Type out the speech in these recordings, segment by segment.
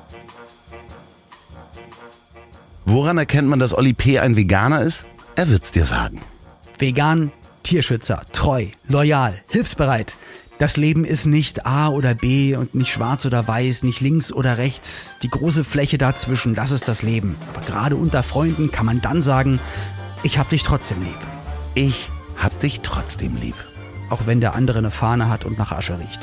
Woran erkennt man, dass Olli P. ein Veganer ist? Er wird's dir sagen. Vegan, Tierschützer, treu, loyal, hilfsbereit. Das Leben ist nicht A oder B und nicht schwarz oder weiß, nicht links oder rechts. Die große Fläche dazwischen, das ist das Leben. Aber gerade unter Freunden kann man dann sagen, ich hab dich trotzdem lieb. Ich hab dich trotzdem lieb. Auch wenn der andere eine Fahne hat und nach Asche riecht.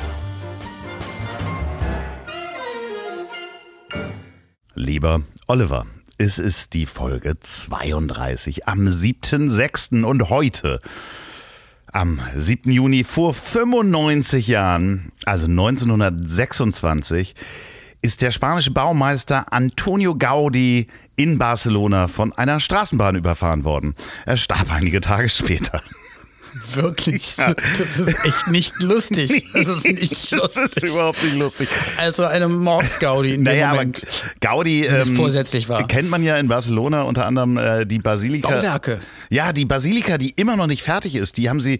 Lieber Oliver, es ist die Folge 32 am 7.6. und heute, am 7. Juni vor 95 Jahren, also 1926, ist der spanische Baumeister Antonio Gaudí in Barcelona von einer Straßenbahn überfahren worden. Er starb einige Tage später. Wirklich? Ja. Das ist echt nicht lustig. Das ist nicht lustig. Das ist überhaupt nicht lustig. Also eine Mordsgaudi in dem Moment. Gaudi das vorsätzlich war. Kennt man ja in Barcelona unter anderem die Basilika. Bauwerke. Ja, die Basilika, die immer noch nicht fertig ist. Die haben sie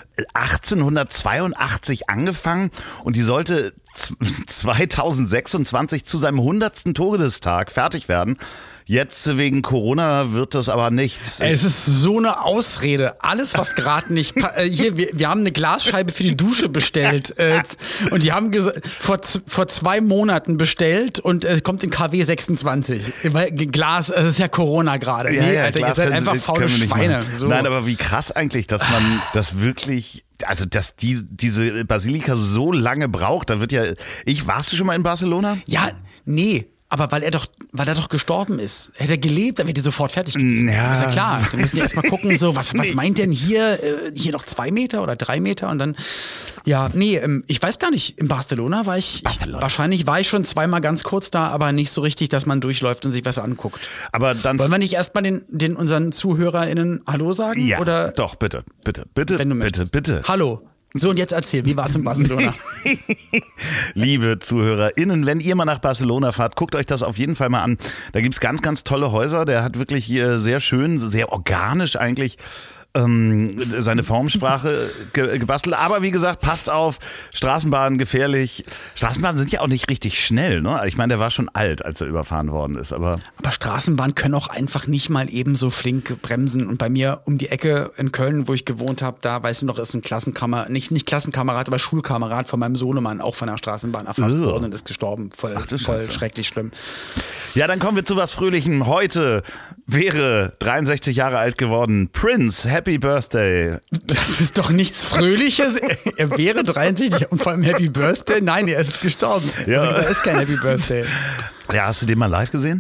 1882 angefangen und die sollte 2026 zu seinem 100. Todestag fertig werden. Jetzt wegen Corona wird das aber nichts. Es ist so eine Ausrede. Alles, was gerade nicht... Hier, wir haben eine Glasscheibe für die Dusche bestellt. Und die haben vor 2 Monaten bestellt und kommt in KW 26. Glas, es ist ja Corona gerade. Ja, nee, ja, Alter, ihr seid einfach faule Schweine. So. Nein, aber wie krass eigentlich, dass man das wirklich... Also, dass diese Basilika so lange braucht, da wird ja... Warst du schon mal in Barcelona? Ja, nee. Aber weil er doch gestorben ist. Hätte er gelebt, dann wäre die sofort fertig gewesen. Ja. Ist ja klar. Wir müssen jetzt mal gucken, so, was meint denn hier noch 2 Meter oder 3 Meter? Und dann, ja, nee, ich weiß gar nicht. In Barcelona war wahrscheinlich war ich schon 2-mal ganz kurz da, aber nicht so richtig, dass man durchläuft und sich was anguckt. Aber dann. Wollen wir nicht erstmal unseren ZuhörerInnen Hallo sagen? Ja, oder? Doch, bitte. Wenn du möchtest. Bitte. Hallo. So, und jetzt erzähl, wie war es in Barcelona? Liebe ZuhörerInnen, wenn ihr mal nach Barcelona fahrt, guckt euch das auf jeden Fall mal an. Da gibt's ganz, ganz tolle Häuser. Der hat wirklich hier sehr schön, sehr organisch eigentlich seine Formsprache gebastelt. Aber wie gesagt, passt auf, Straßenbahnen gefährlich. Straßenbahnen sind ja auch nicht richtig schnell, ne? Ich meine, der war schon alt, als er überfahren worden ist. Aber Straßenbahnen können auch einfach nicht mal eben so flink bremsen. Und bei mir um die Ecke in Köln, wo ich gewohnt habe, da, weißt du noch, ist ein Klassenkamerad, nicht Klassenkamerad, aber Schulkamerad von meinem Sohnemann auch von der Straßenbahn erfasst worden und ist gestorben. Voll schrecklich schlimm. Ja, dann kommen wir zu was Fröhlichem. Heute wäre 63 Jahre alt geworden Prince. Happy Birthday. Das ist doch nichts Fröhliches. Er wäre 63 und vor allem Happy Birthday? Nein, er ist gestorben. Ja. Also, da ist kein Happy Birthday. Ja, hast du den mal live gesehen?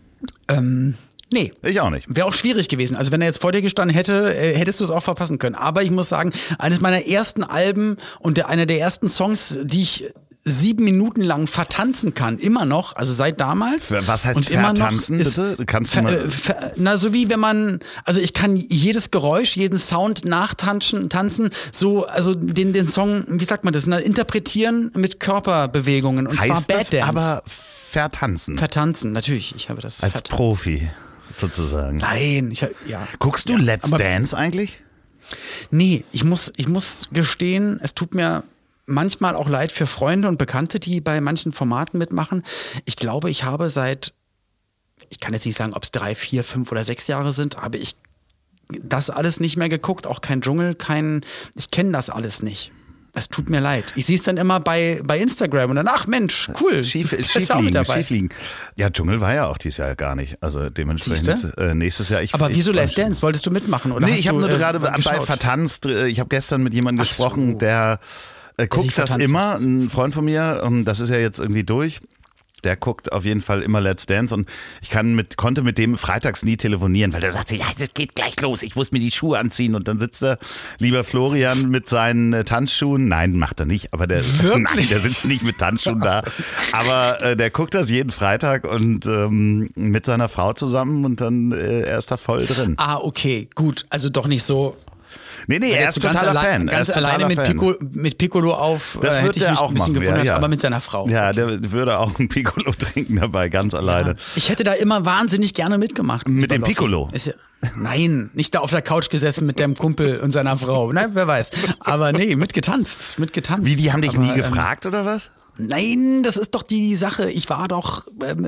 Nee. Ich auch nicht. Wäre auch schwierig gewesen. Also wenn er jetzt vor dir gestanden hätte, hättest du es auch verpassen können. Aber ich muss sagen, eines meiner ersten Alben und einer der ersten Songs, die ich 7 Minuten lang vertanzen kann, immer noch, also seit damals. Was heißt und vertanzen, immer noch bitte? Kannst du mal so wie wenn man, also ich kann jedes Geräusch, jeden Sound tanzen, so, also den Song, wie sagt man das, interpretieren mit Körperbewegungen und heißt zwar Bad Dance. Aber vertanzen. Vertanzen, natürlich, ich habe das als Profi sozusagen. Nein, Guckst du Let's Dance eigentlich? Nee, ich muss gestehen, es tut mir manchmal auch leid für Freunde und Bekannte, die bei manchen Formaten mitmachen. Ich glaube, ich habe ich kann jetzt nicht sagen, ob es 3, 4, 5 oder 6 Jahre sind, aber ich das alles nicht mehr geguckt, auch kein Dschungel, ich kenne das alles nicht. Es tut mir leid. Ich sehe es dann immer bei Instagram und dann, ach Mensch, cool. Schiefliegen. Ja, Dschungel war ja auch dieses Jahr gar nicht. Also dementsprechend nächstes Jahr. Aber wieso Let's Dance? Wolltest du mitmachen? Oder nee, ich habe nur gerade bei vertanzt. Ich habe gestern mit jemandem gesprochen, der guckt das immer, ein Freund von mir, das ist ja jetzt irgendwie durch, der guckt auf jeden Fall immer Let's Dance und ich konnte mit dem freitags nie telefonieren, weil der sagte, ja, es geht gleich los, ich muss mir die Schuhe anziehen und dann sitzt da lieber Florian mit seinen Tanzschuhen, nein, macht er nicht, aber der sitzt nicht mit Tanzschuhen da, aber der guckt das jeden Freitag und mit seiner Frau zusammen und dann er ist da voll drin. Ah, okay, gut, also doch nicht so... Nee, er ist totaler Fan. Ganz alleine mit Piccolo auf, das hätte ich mich auch ein bisschen machen, gewundert, ja. aber mit seiner Frau. Ja, der würde auch ein Piccolo trinken dabei, ganz alleine. Ja. Ich hätte da immer wahnsinnig gerne mitgemacht. Mit dem Piccolo? Nein, nicht da auf der Couch gesessen mit dem Kumpel und seiner Frau. Nein, wer weiß. Aber nee, mitgetanzt. Wie, die haben dich nie gefragt oder was? Nein, das ist doch die Sache. Ich war doch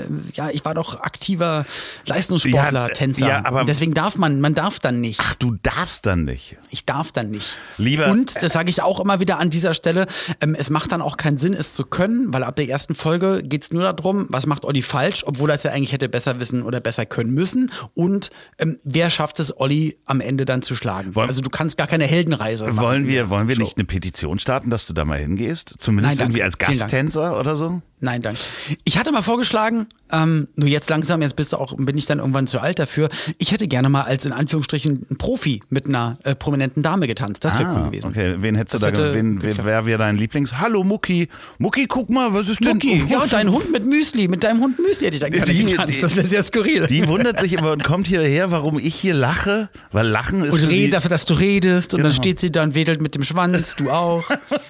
aktiver Leistungssportler, Tänzer. Ja, aber deswegen man darf dann nicht. Ach, du darfst dann nicht. Ich darf dann nicht. Lieber. Und das sage ich auch immer wieder an dieser Stelle, es macht dann auch keinen Sinn, es zu können, weil ab der ersten Folge geht es nur darum, was macht Olli falsch, obwohl er es ja eigentlich hätte besser wissen oder besser können müssen. Und wer schafft es, Olli am Ende dann zu schlagen? Also du kannst gar keine Heldenreise machen. Wollen wir nicht eine Petition starten, dass du da mal hingehst? Zumindest irgendwie als Gasttänzer oder so? Nein, danke. Ich hatte mal vorgeschlagen, nur jetzt langsam, bin ich dann irgendwann zu alt dafür. Ich hätte gerne mal als in Anführungsstrichen ein Profi mit einer prominenten Dame getanzt. Das wäre cool gewesen. Okay, wen hättest du da? Wer wäre dein Lieblings? Hallo Mucki. Mucki, guck mal, was ist denn? Mucki, ja, und dein Hund mit Müsli. Mit deinem Hund Müsli hätte ich dann gerne getanzt. Das wäre sehr skurril. Die wundert sich immer und kommt hierher, warum ich hier lache. Weil Lachen ist. Und dafür, dass du redest. Und dann steht sie da und wedelt mit dem Schwanz. Du auch.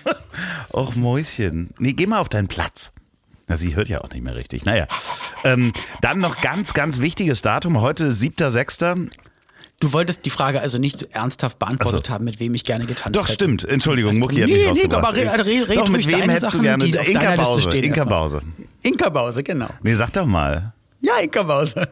Och, Mäuschen. Nee, geh mal auf deinen Platz. Na, sie hört ja auch nicht mehr richtig. Naja. Dann noch ganz, ganz wichtiges Datum. Heute 7.6. Du wolltest die Frage also nicht ernsthaft beantwortet haben, mit wem ich gerne getanzt hätte. Doch, stimmt. Entschuldigung, Mucki hat mich rausgebracht. Aber red doch, mit wem hättest du gerne? Inka Bause. Inka Bause, genau. Nee, sag doch mal. Ja, Inka Bause.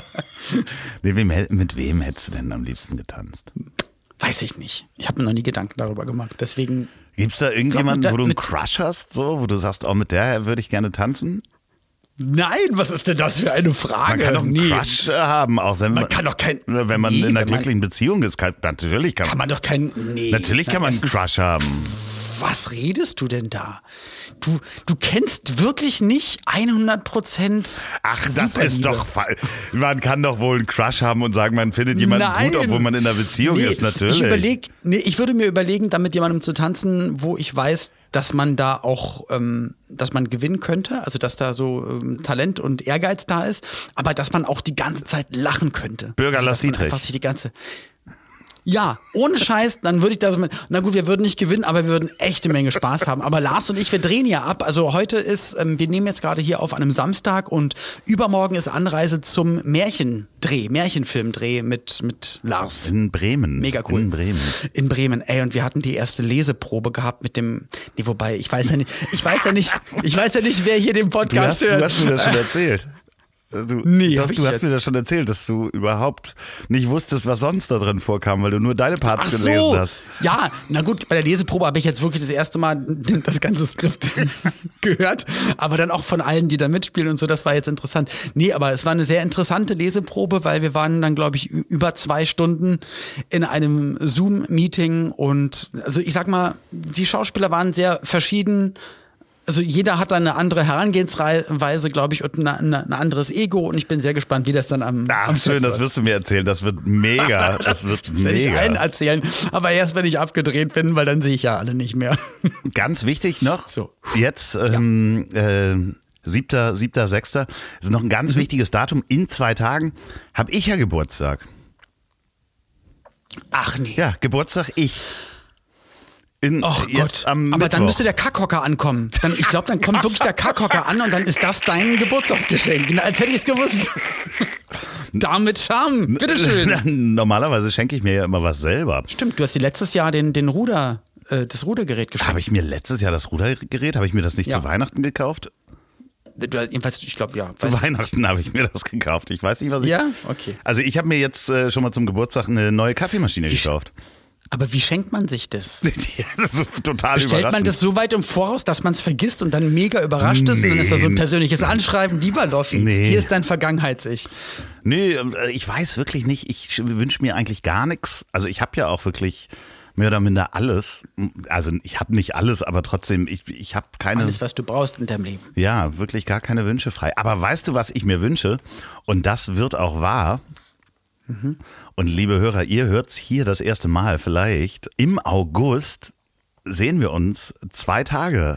Nee, mit wem hättest du denn am liebsten getanzt? Weiß ich nicht. Ich habe mir noch nie Gedanken darüber gemacht. Deswegen. Gibt's da irgendjemanden, wo du einen Crush hast, so, wo du sagst, oh, mit der würde ich gerne tanzen? Nein, was ist denn das für eine Frage? Man kann doch einen Crush haben, auch wenn man in einer glücklichen Beziehung ist. Natürlich kann man doch keinen. Nee, natürlich kann man einen Crush haben. Was redest du denn da? Du kennst wirklich nicht 100%. Ach, das ist doch. Man kann doch wohl einen Crush haben und sagen, man findet jemanden gut, obwohl man in einer Beziehung ist, natürlich. Ich würde mir überlegen, da mit jemandem zu tanzen, wo ich weiß, dass man da auch, dass man gewinnen könnte, also dass da so Talent und Ehrgeiz da ist, aber dass man auch die ganze Zeit lachen könnte. Bürger Lars Dietrich. Ja, ohne Scheiß, dann würde ich das na gut, wir würden nicht gewinnen, aber wir würden echte Menge Spaß haben. Aber Lars und ich, wir drehen ja ab. Also heute ist, wir nehmen jetzt gerade hier auf einem Samstag und übermorgen ist Anreise zum Märchenfilmdreh mit Lars. In Bremen. Mega cool. In Bremen. Ey, und wir hatten die erste Leseprobe gehabt mit dem, wobei, ich weiß ja nicht, wer hier den Podcast hört. Du hast mir das schon erzählt. Du hast mir das schon erzählt, dass du überhaupt nicht wusstest, was sonst da drin vorkam, weil du nur deine Parts gelesen hast. Ja, na gut, bei der Leseprobe habe ich jetzt wirklich das erste Mal das ganze Skript gehört, aber dann auch von allen, die da mitspielen und so, das war jetzt interessant. Nee, aber es war eine sehr interessante Leseprobe, weil wir waren dann, glaube ich, über 2 Stunden in einem Zoom-Meeting und also ich sag mal, die Schauspieler waren sehr verschieden. Also jeder hat da eine andere Herangehensweise, glaube ich, und ein anderes Ego und ich bin sehr gespannt, wie das dann am schön, das wirst du mir erzählen, das wird mega, das werde ich allen erzählen, aber erst, wenn ich abgedreht bin, weil dann sehe ich ja alle nicht mehr. Ganz wichtig noch, jetzt 7.6. ist noch ein ganz wichtiges Datum, in 2 Tagen habe ich ja Geburtstag. Ach nee. Ja, Geburtstag ich. Ach Gott, aber dann müsste der Kackhocker ankommen. Ich glaube, dann kommt wirklich der Kackhocker an und dann ist das dein Geburtstagsgeschenk. Als hätte ich es gewusst. Damit Charme, bitteschön. Normalerweise schenke ich mir ja immer was selber. Stimmt, du hast dir letztes Jahr das Rudergerät geschenkt. Habe ich mir letztes Jahr das Rudergerät, habe ich mir das nicht zu Weihnachten gekauft? Jedenfalls, ich glaube, ja. Zu Weihnachten habe ich mir das gekauft. Ich weiß nicht, was ich... Ja, okay. Also ich habe mir jetzt schon mal zum Geburtstag eine neue Kaffeemaschine gekauft. Aber wie schenkt man sich das? Das ist total Bestellt überraschend. Man das so weit im Voraus, dass man es vergisst und dann mega überrascht ist? Und dann ist da so ein persönliches Anschreiben, lieber Loffi, hier ist dein Vergangenheits-Ich. Nee, ich weiß wirklich nicht. Ich wünsche mir eigentlich gar nichts. Also ich habe ja auch wirklich mehr oder minder alles. Also ich habe nicht alles, aber trotzdem, ich habe keine... Alles, was du brauchst in deinem Leben. Ja, wirklich gar keine Wünsche frei. Aber weißt du, was ich mir wünsche? Und das wird auch wahr. Und liebe Hörer, ihr hört's hier das erste Mal vielleicht. Im August sehen wir uns 2 Tage.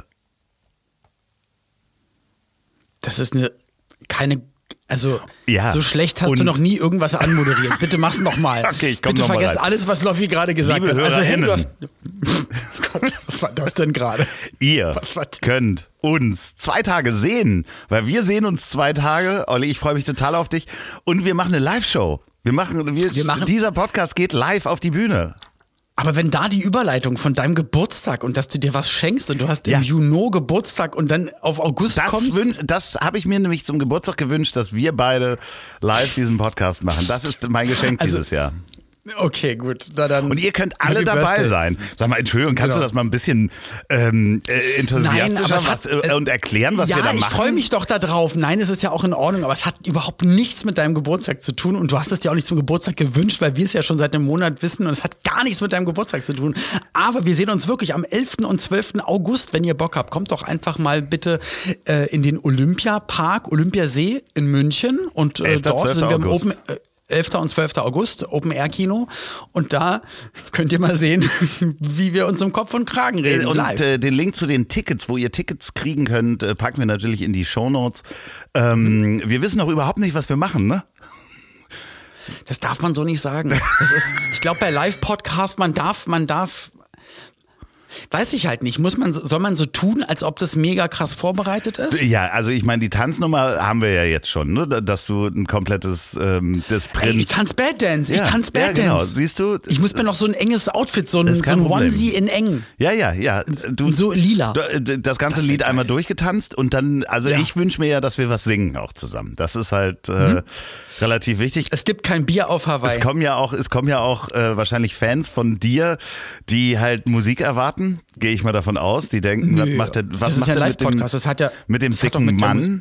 Das ist so schlecht hast und du noch nie irgendwas anmoderiert. Bitte mach's nochmal. Okay, ich komm Bitte noch mal vergesst rein. alles, was Loffi gerade gesagt liebe hat. Also hey, Gott, was war das denn gerade? Ihr könnt uns 2 Tage sehen, weil wir sehen uns 2 Tage. Olli, ich freue mich total auf dich. Und wir machen eine Live-Show. Dieser Podcast geht live auf die Bühne. Aber wenn da die Überleitung von deinem Geburtstag und dass du dir was schenkst und du hast im Juni Geburtstag und dann auf August kommst. Das habe ich mir nämlich zum Geburtstag gewünscht, dass wir beide live diesen Podcast machen. Das ist mein Geschenk dieses Jahr. Okay, gut. Na dann, und ihr könnt alle dabei sein. Sag mal, Entschuldigung, kannst du das mal ein bisschen enthusiastischer und erklären, was wir da machen? Ja, ich freue mich doch da drauf. Nein, es ist ja auch in Ordnung, aber es hat überhaupt nichts mit deinem Geburtstag zu tun und du hast es dir auch nicht zum Geburtstag gewünscht, weil wir es ja schon seit einem Monat wissen und es hat gar nichts mit deinem Geburtstag zu tun. Aber wir sehen uns wirklich am 11. und 12. August, wenn ihr Bock habt. Kommt doch einfach mal bitte in den Olympiapark, Olympiasee in München und dort sind wir oben... 11. und 12. August, Open-Air-Kino. Und da könnt ihr mal sehen, wie wir uns um Kopf und Kragen reden. Und den Link zu den Tickets, wo ihr Tickets kriegen könnt, packen wir natürlich in die Shownotes. Wir wissen noch überhaupt nicht, was wir machen, ne? Das darf man so nicht sagen. Ich glaube, bei Live-Podcast, man darf weiß ich halt nicht. Soll man so tun, als ob das mega krass vorbereitet ist? Ja, also ich meine, die Tanznummer haben wir ja jetzt schon, ne? Dass du ein komplettes das Prinz. Ich tanz Bad-Dance. Genau. Siehst du? Ich muss mir noch so ein enges Outfit, so ein Onesie in eng. Ja. So lila. Das ganze Lied einmal durchgetanzt und dann, ich wünsche mir ja, dass wir was singen auch zusammen. Das ist halt relativ wichtig. Es gibt kein Bier auf Hawaii. Es kommen ja auch wahrscheinlich Fans von dir, die halt Musik erwarten. Gehe ich mal davon aus. Die denken, was macht der mit dem dicken Mann?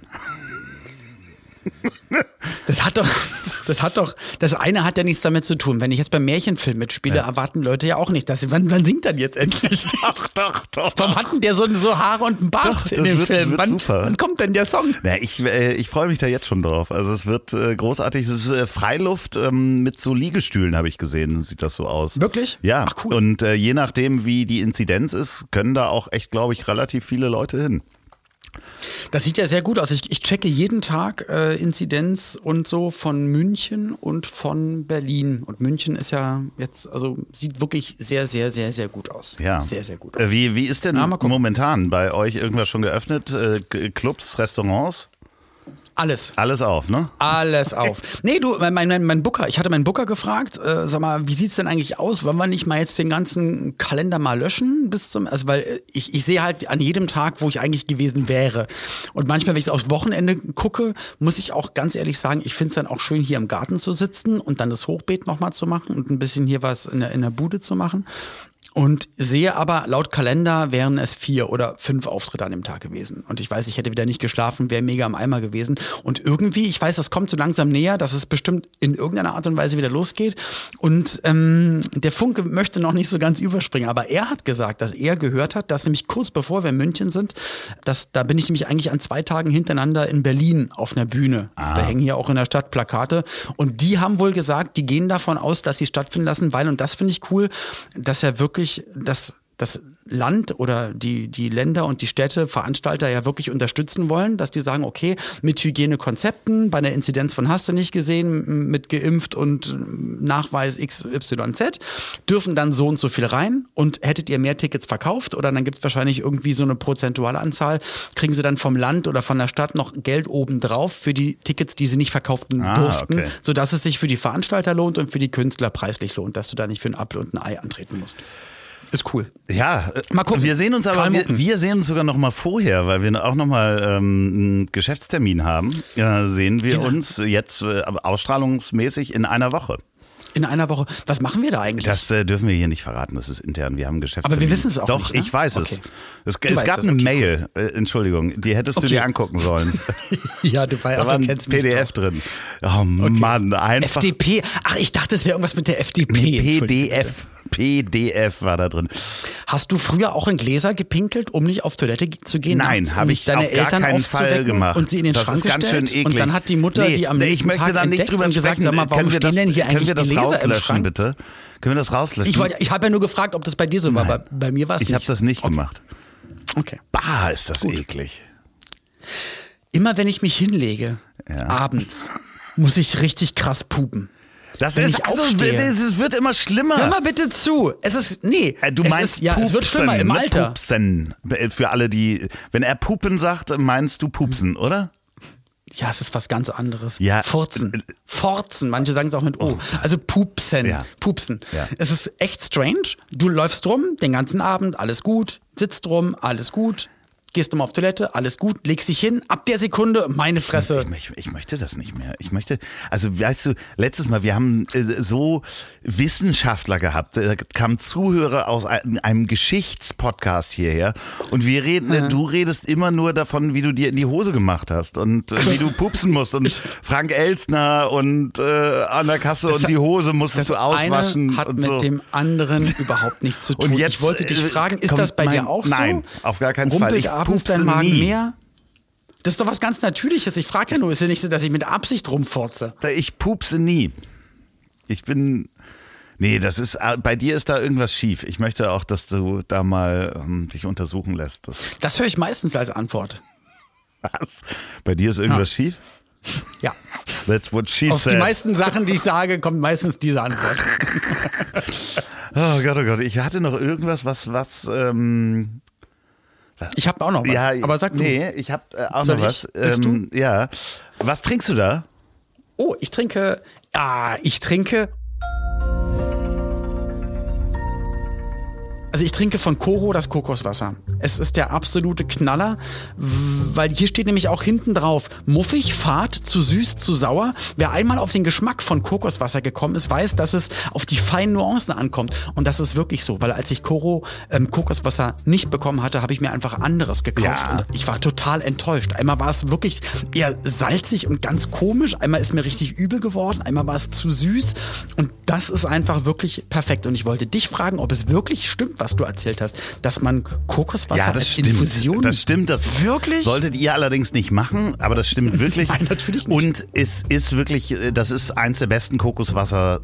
Das eine hat ja nichts damit zu tun. Wenn ich jetzt beim Märchenfilm mitspiele, erwarten Leute ja auch nicht, dass wann singt er jetzt endlich? Doch. Warum hat denn der so Haare und einen Bart in dem Film? Wann kommt denn der Song? Na, ich freue mich da jetzt schon drauf. Also es wird großartig. Es ist Freiluft mit so Liegestühlen, habe ich gesehen. Sieht das so aus. Wirklich? Ja. Ach, cool. Und je nachdem, wie die Inzidenz ist, können da auch echt, glaube ich, relativ viele Leute hin. Das sieht ja sehr gut aus. Ich checke jeden Tag Inzidenz und so von München und von Berlin. Und München ist ja jetzt, sieht wirklich sehr, sehr, sehr, sehr gut aus. Ja. Sehr, sehr gut aus. Wie ist denn momentan bei euch irgendwas schon geöffnet? Clubs, Restaurants? Alles. Alles auf, ne? Alles auf. Nee, du, mein Booker, ich hatte meinen Booker gefragt, sag mal, wie sieht's denn eigentlich aus? Wollen wir nicht mal jetzt den ganzen Kalender mal löschen weil ich sehe halt an jedem Tag, wo ich eigentlich gewesen wäre. Und manchmal, wenn ich aufs Wochenende gucke, muss ich auch ganz ehrlich sagen, ich finde es dann auch schön, hier im Garten zu sitzen und dann das Hochbeet nochmal zu machen und ein bisschen hier was in der Bude zu machen. Und sehe aber, laut Kalender wären es 4 oder 5 Auftritte an dem Tag gewesen. Und ich weiß, ich hätte wieder nicht geschlafen, wäre mega im Eimer gewesen. Und irgendwie, ich weiß, das kommt so langsam näher, dass es bestimmt in irgendeiner Art und Weise wieder losgeht. Und der Funke möchte noch nicht so ganz überspringen. Aber er hat gesagt, dass er gehört hat, dass nämlich kurz bevor wir in München sind, da bin ich nämlich eigentlich an 2 Tagen hintereinander in Berlin auf einer Bühne. Da hängen hier auch in der Stadt Plakate. Und die haben wohl gesagt, die gehen davon aus, dass sie stattfinden lassen, weil, und das finde ich cool, dass er wirklich das Land oder die Länder und die Städte, Veranstalter ja wirklich unterstützen wollen, dass die sagen, okay, mit Hygienekonzepten, bei einer Inzidenz von hast du nicht gesehen, mit geimpft und Nachweis XYZ, dürfen dann so und so viel rein und hättet ihr mehr Tickets verkauft oder dann gibt es wahrscheinlich irgendwie so eine prozentuale Anzahl, kriegen sie dann vom Land oder von der Stadt noch Geld obendrauf für die Tickets, die sie nicht verkauften durften, sodass es sich für die Veranstalter lohnt und für die Künstler preislich lohnt, dass du da nicht für ein Apfel und ein Ei antreten musst. Ist cool. Ja, mal gucken. Wir sehen uns wir sehen uns sogar noch mal vorher, weil wir auch noch mal einen Geschäftstermin haben. Sehen wir uns jetzt ausstrahlungsmäßig in einer Woche. In einer Woche. Was machen wir da eigentlich? Das dürfen wir hier nicht verraten, das ist intern. Wir haben einen Geschäftstermin. Aber wir wissen es auch nicht. Doch, ich weiß es. Es gab eine Mail, Entschuldigung, die hättest du dir angucken sollen. Ja, du da war ein PDF drin. Oh Mann, einfach. FDP. Ach, ich dachte, es wäre irgendwas mit der FDP. PDF war da drin. Hast du früher auch in Gläser gepinkelt, um nicht auf Toilette zu gehen? Nein, habe ich deine Eltern gar keinen Fall gemacht. Und sie in den Schrank gestellt? Ganz schön eklig. Und dann hat die Mutter die am nächsten Tag entdeckt und gesagt, sag mal, warum stehen denn hier eigentlich Gläser im Schrank? Bitte? Können wir das rauslöschen? Ich habe ja nur gefragt, ob das bei dir so war, aber bei mir war es nicht. Ich habe das nicht gemacht. Okay. Bah, ist das eklig. Immer wenn ich mich hinlege, abends, muss ich richtig krass pupen. Es wird immer schlimmer. Hör mal bitte zu. Du meinst Pupsen, es wird schlimmer im Alter. Pupsen. Für alle, die, wenn er Pupen sagt, meinst du Pupsen, oder? Ja, es ist was ganz anderes. Ja. Furzen. Forzen. Manche sagen es auch mit O. Also pupsen. Ja. Pupsen. Ja. Es ist echt strange. Du läufst rum den ganzen Abend, alles gut. Sitzt rum, alles gut. Gehst du mal auf Toilette, alles gut, legst dich hin, ab der Sekunde, meine Fresse. Ich möchte das nicht mehr. Also weißt du, letztes Mal, wir haben so Wissenschaftler gehabt, da kamen Zuhörer aus einem Geschichtspodcast hierher und wir reden, du redest immer nur davon, wie du dir in die Hose gemacht hast und wie du pupsen musst und Frank Elstner und an der Kasse und die Hose musstest du auswaschen. Das eine hat und mit so. dem anderen überhaupt nichts zu tun. Und jetzt, ich wollte dich fragen, ist das bei dir auch so? Nein, auf gar keinen Fall. Rumpelt abends dein Magen nie. mehr? Das ist doch was ganz Natürliches. Ich frage ja nur, ist ja nicht so, dass ich mit Absicht rumfurze. Ich pupse nie. Nee, bei dir ist da irgendwas schief. Ich möchte auch, dass du da mal dich untersuchen lässt. Das höre ich meistens als Antwort. Was? Bei dir ist irgendwas schief? Ja. That's what she Auf said. die meisten Sachen, die ich sage, kommt meistens diese Antwort. Oh Gott. Ich hatte noch irgendwas, was ich habe auch noch was, aber sag du. Nee, ich habe auch Soll noch was. Willst du? Ja. Was trinkst du da? Oh, ich trinke. Also ich trinke von Coro das Kokoswasser. Es ist der absolute Knaller, weil hier steht nämlich auch hinten drauf, muffig, fad, zu süß, zu sauer. Wer einmal auf den Geschmack von Kokoswasser gekommen ist, weiß, dass es auf die feinen Nuancen ankommt. Und das ist wirklich so, weil als ich Coro Kokoswasser nicht bekommen hatte, habe ich mir einfach anderes gekauft. Ja. Und ich war total enttäuscht. Einmal war es wirklich eher salzig und ganz komisch. Einmal ist mir richtig übel geworden. Einmal war es zu süß. Und das ist einfach wirklich perfekt. Und ich wollte dich fragen, ob es wirklich stimmt, was du erzählt hast, dass man Kokoswasser als Infusion... Das stimmt. Das wirklich? Solltet ihr allerdings nicht machen, aber das stimmt wirklich. Nein, natürlich nicht. Und es ist wirklich, das ist eins der besten Kokoswassers,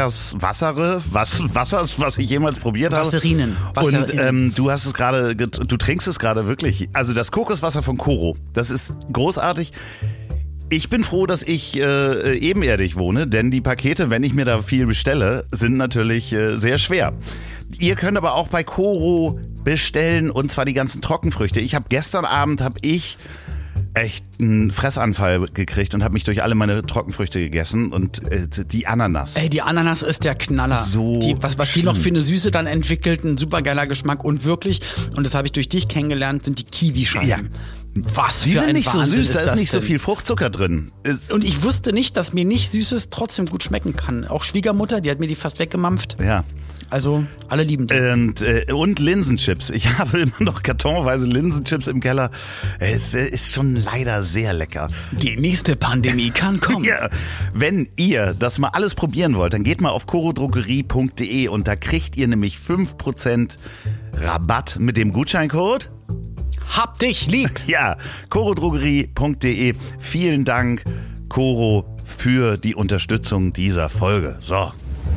was ich jemals probiert habe. Wasserinen. Und du trinkst es gerade wirklich. Also das Kokoswasser von Coro, das ist großartig. Ich bin froh, dass ich ebenerdig wohne, denn die Pakete, wenn ich mir da viel bestelle, sind natürlich sehr schwer. Ihr könnt aber auch bei Coro bestellen und zwar die ganzen Trockenfrüchte. Gestern Abend habe ich echt einen Fressanfall gekriegt und habe mich durch alle meine Trockenfrüchte gegessen und die Ananas. Ey, die Ananas ist der Knaller. So was die noch für eine Süße dann entwickelt, ein supergeiler Geschmack und wirklich, und das habe ich durch dich kennengelernt, sind die Kiwischeiben. Ja. Was Die für sind ein nicht Wahnsinn so süß, ist da ist das nicht so denn? viel Fruchtzucker drin. Und ich wusste nicht, dass mir nicht Süßes trotzdem gut schmecken kann. Auch Schwiegermutter, die hat mir die fast weggemampft. Ja. Also alle lieben die. Und Linsenchips. Ich habe immer noch kartonweise Linsenchips im Keller. Es ist schon leider sehr lecker. Die nächste Pandemie kann kommen. Ja, wenn ihr das mal alles probieren wollt, dann geht mal auf corodrogerie.de und da kriegt ihr nämlich 5% Rabatt mit dem Gutscheincode. Hab dich lieb. Ja, corodrogerie.de. Vielen Dank, Coro, für die Unterstützung dieser Folge. So.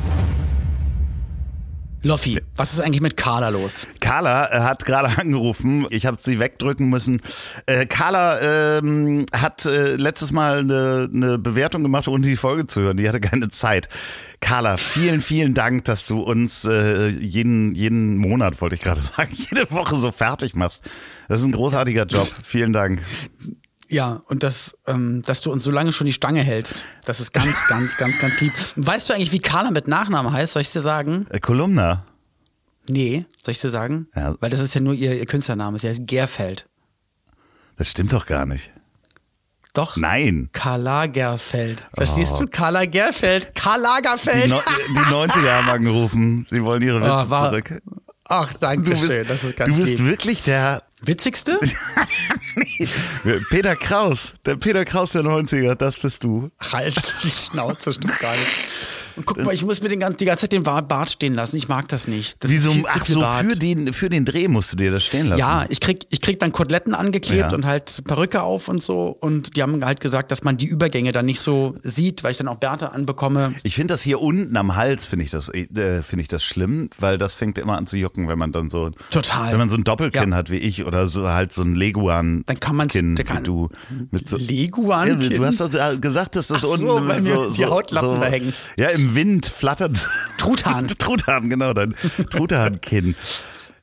Loffi, was ist eigentlich mit Carla los? Carla hat gerade angerufen. Ich habe sie wegdrücken müssen. Carla hat letztes Mal eine Bewertung gemacht, ohne die Folge zu hören. Die hatte keine Zeit. Carla, vielen, vielen Dank, dass du uns jeden Monat, wollte ich gerade sagen, jede Woche so fertig machst. Das ist ein großartiger Job. Vielen Dank. Ja, und dass du uns so lange schon die Stange hältst. Das ist ganz, ganz, ganz, ganz lieb. Weißt du eigentlich, wie Carla mit Nachnamen heißt? Soll ich dir sagen? Kolumna. Nee, soll ich dir sagen? Ja. Weil das ist ja nur ihr Künstlername. Sie heißt Gerfeld. Das stimmt doch gar nicht. Doch. Nein. Karl Lagerfeld. Verstehst du? Karl Lagerfeld. Karl Lagerfeld. Die 90er haben angerufen. Sie wollen ihre Witze zurück. Ach, danke schön. Das ist ganz Du bist lieb. wirklich der... Witzigste? Nee. Peter Kraus. Der Peter Kraus der 90er, das bist du. Halt die Schnauze, stimmt gar nicht. Und guck mal, ich muss mir die ganze Zeit den Bart stehen lassen. Ich mag das nicht. Das Wieso? ist viel zu Ach viel so, Bart. für den Dreh musst du dir das stehen lassen. Ja, ich krieg dann Koteletten angeklebt Ja. und halt Perücke auf und so. Und die haben halt gesagt, dass man die Übergänge dann nicht so sieht, weil ich dann auch Bärte anbekomme. Ich finde das hier unten am Hals, finde ich das schlimm, weil das fängt immer an zu jucken, wenn man dann so... Total. Wenn man so ein Doppelkinn Ja. hat wie ich oder so halt so ein Leguan-Kinn Dann kann man's- wie der kann- du. Mit so, Leguan-Kinn? Ja, du hast doch gesagt, dass das Ach so, unten weil mir die Hautlappen da hängen. Ja, im Wind flattert. Truthahn. Truthahn, genau, dein Truthahn-Kinn.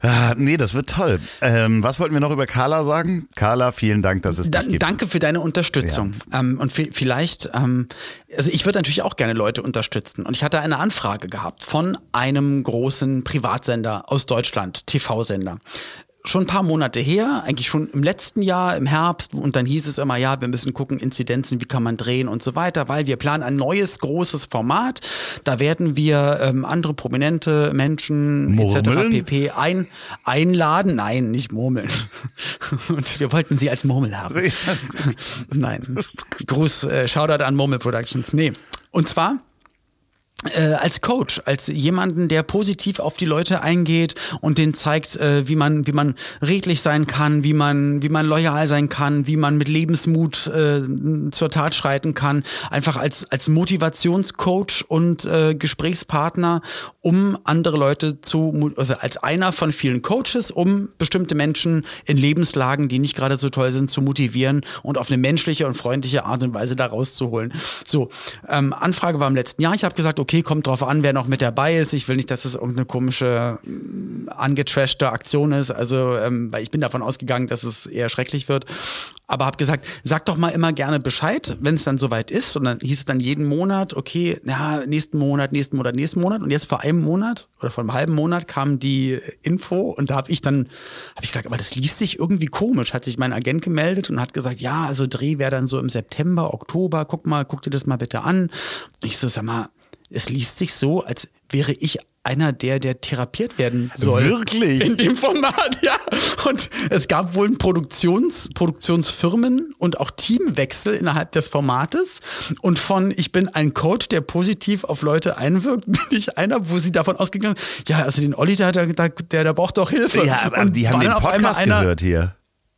Nee, das wird toll. Was wollten wir noch über Carla sagen? Carla, vielen Dank, dass es dich gibt. Danke für deine Unterstützung. Ja. Und vielleicht, also ich würde natürlich auch gerne Leute unterstützen. Und ich hatte eine Anfrage gehabt von einem großen Privatsender aus Deutschland, TV-Sender. Schon ein paar Monate her, eigentlich schon im letzten Jahr, im Herbst, und dann hieß es immer, ja, wir müssen gucken, Inzidenzen, wie kann man drehen und so weiter, weil wir planen ein neues, großes Format, da werden wir andere prominente Menschen etc. pp. Einladen, nein, nicht murmeln. Und wir wollten sie als Murmel haben. Nein, Gruß, Shoutout an Murmel Productions, nee. Und zwar als Coach, als jemanden, der positiv auf die Leute eingeht und denen zeigt, wie man redlich sein kann, wie man loyal sein kann, wie man mit Lebensmut zur Tat schreiten kann, einfach als Motivationscoach und Gesprächspartner, um andere Leute also als einer von vielen Coaches, um bestimmte Menschen in Lebenslagen, die nicht gerade so toll sind, zu motivieren und auf eine menschliche und freundliche Art und Weise da rauszuholen. So, Anfrage war im letzten Jahr. Ich habe gesagt, okay, kommt drauf an, wer noch mit dabei ist. Ich will nicht, dass es irgendeine komische, angetrashte Aktion ist. Also, weil ich bin davon ausgegangen, dass es eher schrecklich wird. Aber habe gesagt, sag doch mal immer gerne Bescheid, wenn es dann soweit ist. Und dann hieß es dann jeden Monat, okay, nächsten Monat. Und jetzt vor einem Monat oder vor einem halben Monat kam die Info und da habe ich gesagt, aber das liest sich irgendwie komisch. Hat sich mein Agent gemeldet und hat gesagt, ja, also Dreh wäre dann so im September, Oktober. Guck dir das mal bitte an. Und ich so, sag mal, es liest sich so, als wäre ich einer, der therapiert werden soll. Wirklich? In dem Format, ja. Und es gab wohl Produktionsfirmen und auch Teamwechsel innerhalb des Formates. Und ich bin ein Coach, der positiv auf Leute einwirkt, bin ich einer, wo sie davon ausgegangen sind, ja, also den Olli, der braucht doch Hilfe. Ja, aber die haben den Podcast gehört hier.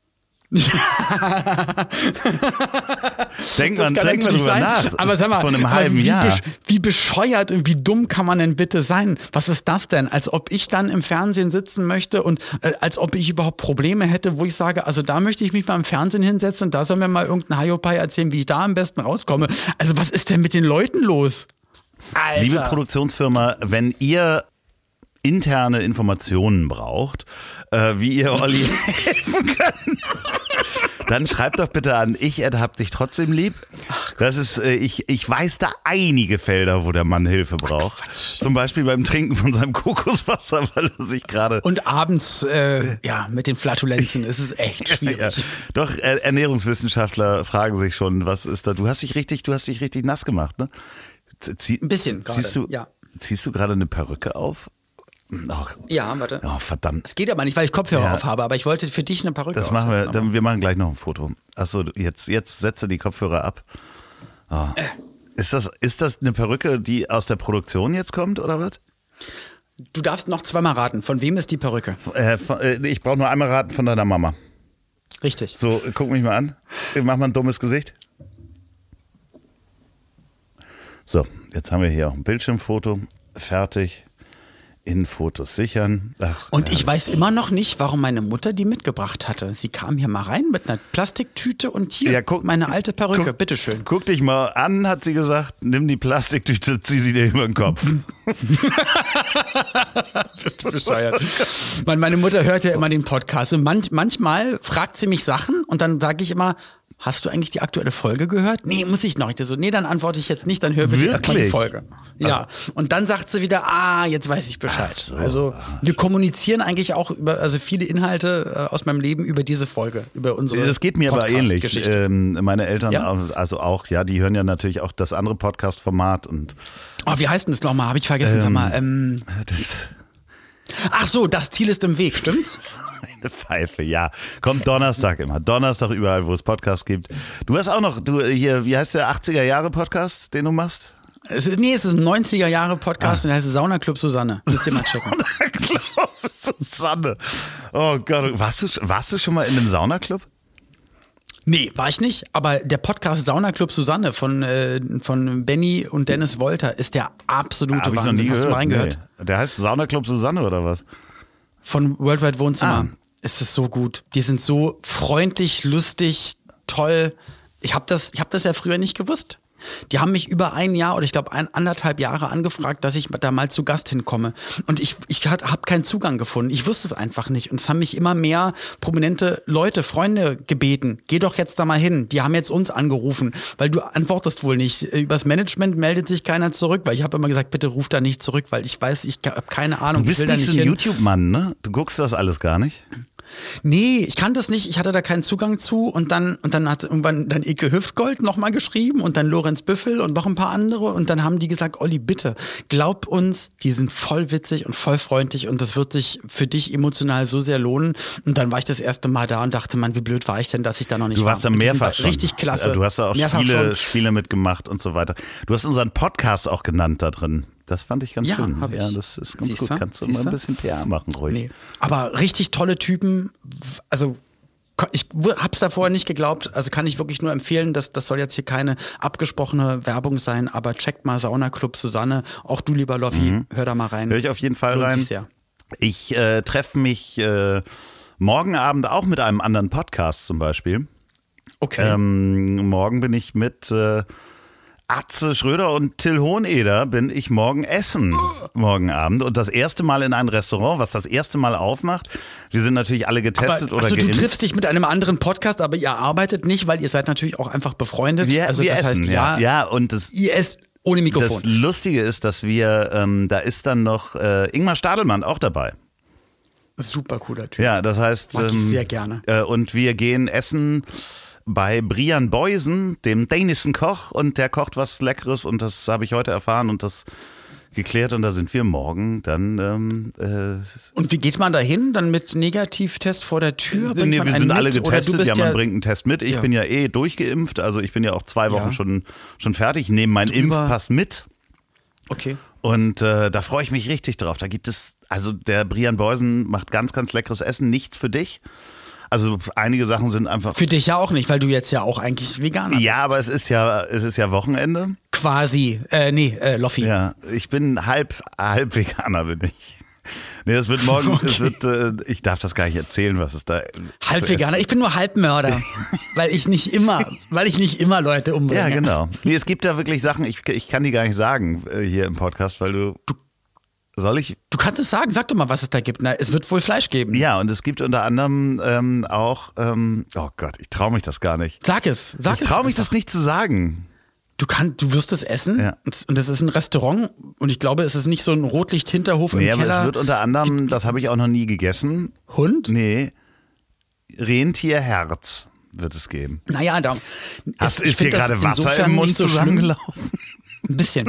Denk mal drüber nach. Aber sag mal, von einem halben Jahr. Wie bescheuert und wie dumm kann man denn bitte sein? Was ist das denn? Als ob ich dann im Fernsehen sitzen möchte und als ob ich überhaupt Probleme hätte, wo ich sage, also da möchte ich mich mal im Fernsehen hinsetzen und da soll mir mal irgendein Hiopai erzählen, wie ich da am besten rauskomme. Also was ist denn mit den Leuten los? Alter. Liebe Produktionsfirma, wenn ihr interne Informationen braucht, wie ihr Olli helfen könnt, dann schreibt doch bitte an hab dich trotzdem lieb. Das ist, ich weiß da einige Felder, wo der Mann Hilfe braucht. Zum Beispiel beim Trinken von seinem Kokoswasser, weil er sich gerade... Und abends, mit den Flatulenzen ist es echt schwierig. Ja. Doch, Ernährungswissenschaftler fragen sich schon, was ist da? Du hast dich richtig nass gemacht, ne? Ein bisschen gerade, Ziehst du gerade eine Perücke auf? Oh. Ja, warte. Oh, verdammt. Es geht aber nicht, weil ich Kopfhörer auf habe, aber ich wollte für dich eine Perücke aufsetzen. Das machen wir, wir machen gleich noch ein Foto. Achso, jetzt setze die Kopfhörer ab. Oh. Ist das eine Perücke, die aus der Produktion jetzt kommt, oder was? Du darfst noch zweimal raten. Von wem ist die Perücke? Ich brauche nur einmal raten, von deiner Mama. Richtig. So, guck mich mal an. Mach mal ein dummes Gesicht. So, jetzt haben wir hier auch ein Bildschirmfoto. Fertig. In Fotos sichern. Und ich weiß immer noch nicht, warum meine Mutter die mitgebracht hatte. Sie kam hier mal rein mit einer Plastiktüte und hier meine alte Perücke, bitteschön. Guck dich mal an, hat sie gesagt, nimm die Plastiktüte, zieh sie dir über den Kopf. Bist du bescheuert. Meine Mutter hört ja immer den Podcast und manchmal fragt sie mich Sachen und dann sage ich immer, hast du eigentlich die aktuelle Folge gehört? Nee, muss ich noch. Ich so, nee, dann antworte ich jetzt nicht, dann hör bitte erstmal die Folge. Ja. Und dann sagt sie wieder, jetzt weiß ich Bescheid. So. Also wir kommunizieren eigentlich auch über viele Inhalte aus meinem Leben über diese Folge, über unsere Das geht mir aber ähnlich. Meine Eltern also auch, ja, die hören ja natürlich auch das andere Podcast-Format und. Wie heißt denn das nochmal? Habe ich vergessen. Sag mal. Ach so, das Ziel ist im Weg, stimmt's? Eine Pfeife, ja. Kommt Donnerstag immer. Donnerstag überall, wo es Podcasts gibt. Du hast auch noch, wie heißt der 80er-Jahre-Podcast, den du machst? Es ist ein 90er-Jahre-Podcast und der heißt Saunaclub Susanne. Müsst ihr mal checken. Saunaclub Susanne. Oh Gott, warst du schon mal in einem Saunaclub? Nee, war ich nicht, aber der Podcast Saunaclub Susanne von Benny und Dennis Wolter ist der absolute Wahnsinn. Hast du mal reingehört? Nee. Der heißt Saunaclub Susanne oder was? Von Worldwide Wohnzimmer. Es ist so gut. Die sind so freundlich, lustig, toll. Ich hab das ja früher nicht gewusst. Die haben mich über ein Jahr oder ich glaube 1,5 Jahre angefragt, dass ich da mal zu Gast hinkomme. Und ich habe keinen Zugang gefunden. Ich wusste es einfach nicht. Und es haben mich immer mehr prominente Leute, Freunde gebeten. Geh doch jetzt da mal hin. Die haben jetzt uns angerufen, weil du antwortest wohl nicht. Übers Management meldet sich keiner zurück, weil ich habe immer gesagt, bitte ruf da nicht zurück, weil ich weiß, ich habe keine Ahnung. Du bist ich will nicht da so ein hin. YouTube-Mann, ne? Du guckst das alles gar nicht. Nee, ich kannte das nicht, ich hatte da keinen Zugang zu und dann hat irgendwann dann Ike Hüftgold nochmal geschrieben und dann Lorenz Büffel und noch ein paar andere und dann haben die gesagt, Olli, bitte, glaub uns, die sind voll witzig und voll freundlich und das wird sich für dich emotional so sehr lohnen und dann war ich das erste Mal da und dachte, Mann, wie blöd war ich denn, dass ich da noch nicht war. Du warst da mehrfach schon. Richtig klasse. Du hast da auch Spiele mitgemacht und so weiter. Du hast unseren Podcast auch genannt da drin. Das fand ich ganz schön. Ja, das ist ganz gut. Kannst du mal ein bisschen PR machen, ruhig. Nee. Aber richtig tolle Typen. Also ich hab's da vorher nicht geglaubt. Also kann ich wirklich nur empfehlen, das soll jetzt hier keine abgesprochene Werbung sein, aber checkt mal Sauna Club Susanne. Auch du, lieber Loffi, hör da mal rein. Hör ich auf jeden Fall Lohnt rein. sich sehr. Ich treffe mich morgen Abend auch mit einem anderen Podcast zum Beispiel. Okay. Morgen bin ich mit Atze Schröder und Till Hoheneder bin ich morgen essen, morgen Abend. Und das erste Mal in ein Restaurant, was das erste Mal aufmacht. Wir sind natürlich alle getestet oder geimpft. Also du triffst dich mit einem anderen Podcast, aber ihr arbeitet nicht, weil ihr seid natürlich auch einfach befreundet. Wir das essen, heißt, ja. Und ihr esst ohne Mikrofon. Das Lustige ist, dass wir, da ist dann noch Ingmar Stadelmann auch dabei. Super cooler Typ. Ja, das heißt. Mag ich sehr gerne. Und wir gehen essen bei Brian Boysen, dem dänischen Koch, und der kocht was Leckeres und das habe ich heute erfahren und das geklärt und da sind wir morgen dann. Und wie geht man da hin? Dann mit Negativtest vor der Tür? Nee, wir sind alle getestet, ja, man bringt einen Test mit. Ich bin ja durchgeimpft, also ich bin ja auch 2 Wochen schon fertig. Ich nehme meinen Impfpass mit. Okay. Und da freue ich mich richtig drauf. Da gibt es, also der Brian Boysen macht ganz, ganz leckeres Essen, nichts für dich. Also einige Sachen sind einfach. Für dich ja auch nicht, weil du jetzt ja auch eigentlich Veganer bist. Ja, aber es ist ja Wochenende. Quasi. Loffi. Ja, ich bin halb Veganer, bin ich. Nee, das wird morgen, okay. Ich darf das gar nicht erzählen, was es da. Halb Veganer, ich bin nur Halbmörder, weil ich nicht immer Leute umbringe. Ja, genau. Nee, es gibt da wirklich Sachen, ich kann die gar nicht sagen hier im Podcast, weil du. Soll ich? Du kannst es sagen, sag doch mal, was es da gibt. Na, es wird wohl Fleisch geben. Ja, und es gibt unter anderem auch, oh Gott, ich traue mich das gar nicht. Sag es. Ich traue mich das nicht zu sagen. Du wirst es essen, ja. Und es ist ein Restaurant und ich glaube, es ist nicht so ein Rotlicht-Hinterhof im Keller. Nee, aber es wird unter anderem, das habe ich auch noch nie gegessen. Hund? Nee, Rentierherz wird es geben. Naja, ist dir gerade Wasser im Mund so zusammengelaufen? Ein bisschen.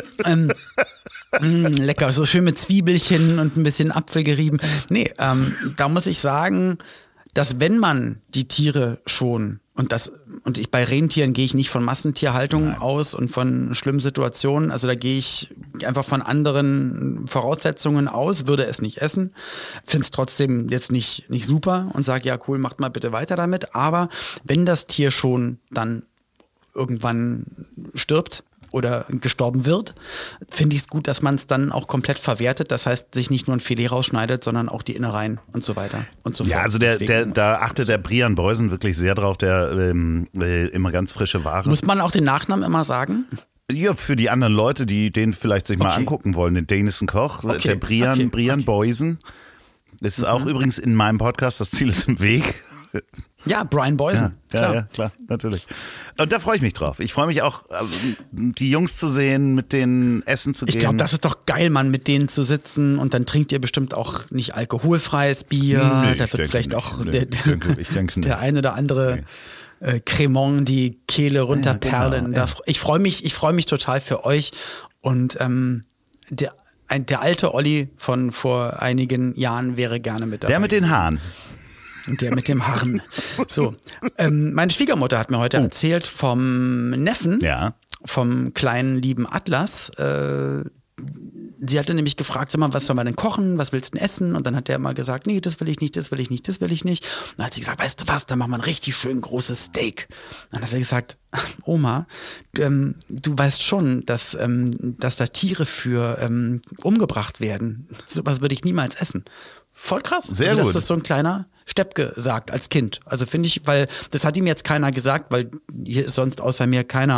Lecker, so schön mit Zwiebelchen und ein bisschen Apfel gerieben. Nee, da muss ich sagen, dass wenn man die Tiere schon bei Rentieren gehe ich nicht von Massentierhaltung aus und von schlimmen Situationen, also da gehe ich einfach von anderen Voraussetzungen aus, würde es nicht essen, finde es trotzdem jetzt nicht super und sage, ja cool, macht mal bitte weiter damit, aber wenn das Tier schon dann irgendwann stirbt, oder gestorben wird, finde ich es gut, dass man es dann auch komplett verwertet. Das heißt, sich nicht nur ein Filet rausschneidet, sondern auch die Innereien und so weiter und so fort. Ja, also da achtet der Brian Boysen wirklich sehr drauf, der immer ganz frische Ware. Muss man auch den Nachnamen immer sagen? Ja, für die anderen Leute, die den vielleicht sich mal angucken wollen, den dänischen Koch, der Brian Boysen. Das ist auch übrigens in meinem Podcast, das Ziel ist im Weg. Ja, Brian Boysen. Ja, klar, natürlich. Und da freue ich mich drauf. Ich freue mich auch, die Jungs zu sehen, mit denen essen zu gehen. Ich glaube, das ist doch geil, Mann, mit denen zu sitzen und dann trinkt ihr bestimmt auch nicht alkoholfreies Bier. Nee, da wird vielleicht auch ich denke der ein oder andere Cremant die Kehle runterperlen. Ja, genau, Ich freue mich total für euch und der alte Olli von vor einigen Jahren wäre gerne mit dabei. Der mit den Haaren. Der mit dem Harren. So, meine Schwiegermutter hat mir heute erzählt vom Neffen, vom kleinen lieben Atlas. Sie hatte nämlich gefragt, sag mal, was soll man denn kochen? Was willst du denn essen? Und dann hat der immer gesagt, nee, das will ich nicht, das will ich nicht, das will ich nicht. Und dann hat sie gesagt, weißt du was, dann machen wir ein richtig schön großes Steak. Dann hat er gesagt, Oma, du weißt schon, dass da Tiere für umgebracht werden. Sowas würde ich niemals essen. Voll krass. Sehr gut. Das ist so ein kleiner Steppke sagt als Kind. Also finde ich, weil das hat ihm jetzt keiner gesagt, weil hier ist sonst außer mir keiner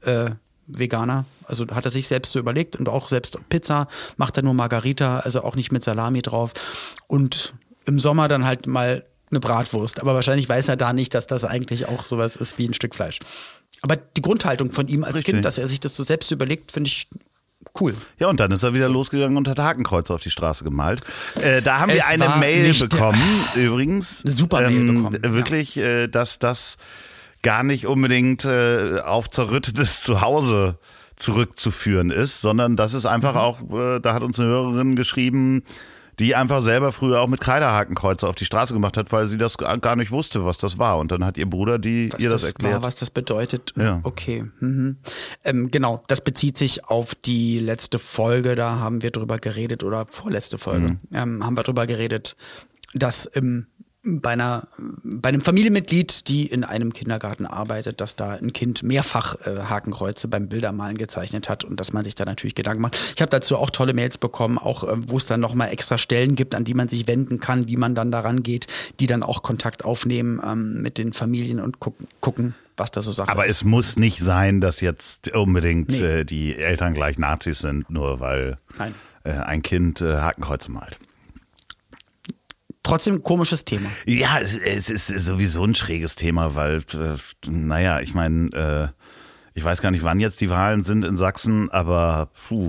Veganer. Also hat er sich selbst so überlegt und auch selbst Pizza macht er nur Margarita, also auch nicht mit Salami drauf. Und im Sommer dann halt mal eine Bratwurst. Aber wahrscheinlich weiß er da nicht, dass das eigentlich auch sowas ist wie ein Stück Fleisch. Aber die Grundhaltung von ihm als Kind, dass er sich das so selbst überlegt, finde ich cool. Ja, und dann ist er wieder losgegangen und hat Hakenkreuze auf die Straße gemalt. Da haben wir eine Mail bekommen, übrigens. Eine super Mail bekommen. Wirklich, dass das gar nicht unbedingt auf zerrüttetes Zuhause zurückzuführen ist, sondern das ist einfach auch, da hat uns eine Hörerin geschrieben, die einfach selber früher auch mit Kreidehakenkreuze auf die Straße gemacht hat, weil sie das gar nicht wusste, was das war. Und dann hat ihr Bruder ihr das erklärt. Was das bedeutet. Ja. Okay. Genau, das bezieht sich auf die letzte Folge, da haben wir drüber geredet, oder vorletzte Folge, haben wir drüber geredet, dass bei einem Familienmitglied, die in einem Kindergarten arbeitet, dass da ein Kind mehrfach Hakenkreuze beim Bildermalen gezeichnet hat und dass man sich da natürlich Gedanken macht. Ich habe dazu auch tolle Mails bekommen, auch wo es dann nochmal extra Stellen gibt, an die man sich wenden kann, wie man dann daran geht, die dann auch Kontakt aufnehmen mit den Familien und gucken, was da so Sache ist. Aber es muss nicht sein, dass jetzt unbedingt die Eltern gleich Nazis sind, nur weil ein Kind Hakenkreuze malt. Trotzdem komisches Thema. Ja, es ist sowieso ein schräges Thema, weil, ich meine, ich weiß gar nicht, wann jetzt die Wahlen sind in Sachsen, aber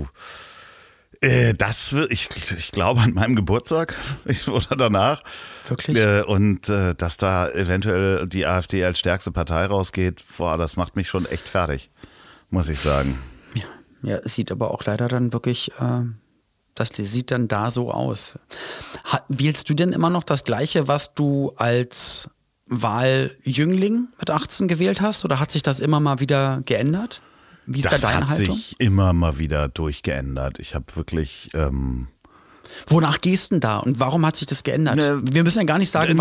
ich glaube an meinem Geburtstag oder danach. Wirklich? Und dass da eventuell die AfD als stärkste Partei rausgeht, das macht mich schon echt fertig, muss ich sagen. Ja, es sieht aber auch leider dann wirklich... Das sieht dann da so aus. Wählst du denn immer noch das Gleiche, was du als Wahljüngling mit 18 gewählt hast? Oder hat sich das immer mal wieder geändert? Wie ist da deine Haltung? Das hat sich immer mal wieder durchgeändert. Ich habe wirklich... Wonach gehst du denn da? Und warum hat sich das geändert? Wir müssen ja gar nicht sagen,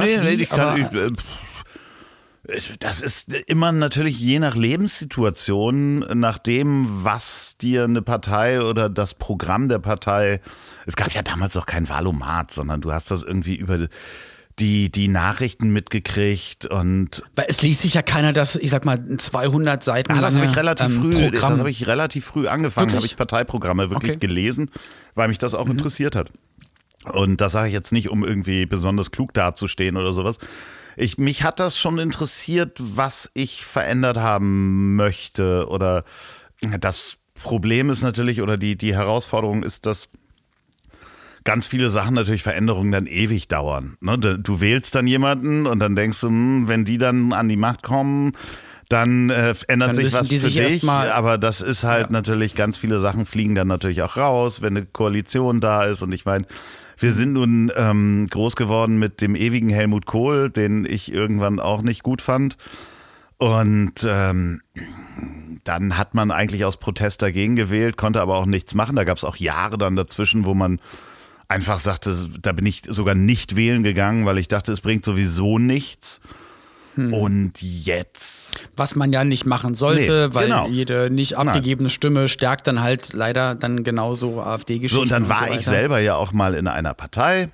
das ist immer natürlich je nach Lebenssituation, nach dem, was dir eine Partei oder das Programm der Partei, es gab ja damals auch kein Wahlomat, sondern du hast das irgendwie über die Nachrichten mitgekriegt und... Weil es liest sich ja keiner das, ich sag mal, 200 Seiten das habe ich Programm. relativ früh angefangen, habe ich Parteiprogramme wirklich gelesen, weil mich das auch interessiert hat. Und das sage ich jetzt nicht, um irgendwie besonders klug dazustehen oder sowas. Mich hat das schon interessiert, was ich verändert haben möchte. Oder das Problem ist natürlich, oder die Herausforderung ist, dass ganz viele Sachen natürlich Veränderungen dann ewig dauern. Ne? Du wählst dann jemanden und dann denkst du, wenn die dann an die Macht kommen, dann ändert sich was für dich. Aber das ist halt natürlich, ganz viele Sachen fliegen dann natürlich auch raus, wenn eine Koalition da ist. Und ich meine, wir sind nun groß geworden mit dem ewigen Helmut Kohl, den ich irgendwann auch nicht gut fand. Und dann hat man eigentlich aus Protest dagegen gewählt, konnte aber auch nichts machen. Da gab es auch Jahre dann dazwischen, wo man einfach sagte, da bin ich sogar nicht wählen gegangen, weil ich dachte, es bringt sowieso nichts. Und jetzt... Was man ja nicht machen sollte, weil jede nicht abgegebene Stimme stärkt dann halt leider dann genauso AfD-Geschichten. So, und dann war ich selber ja auch mal in einer Partei.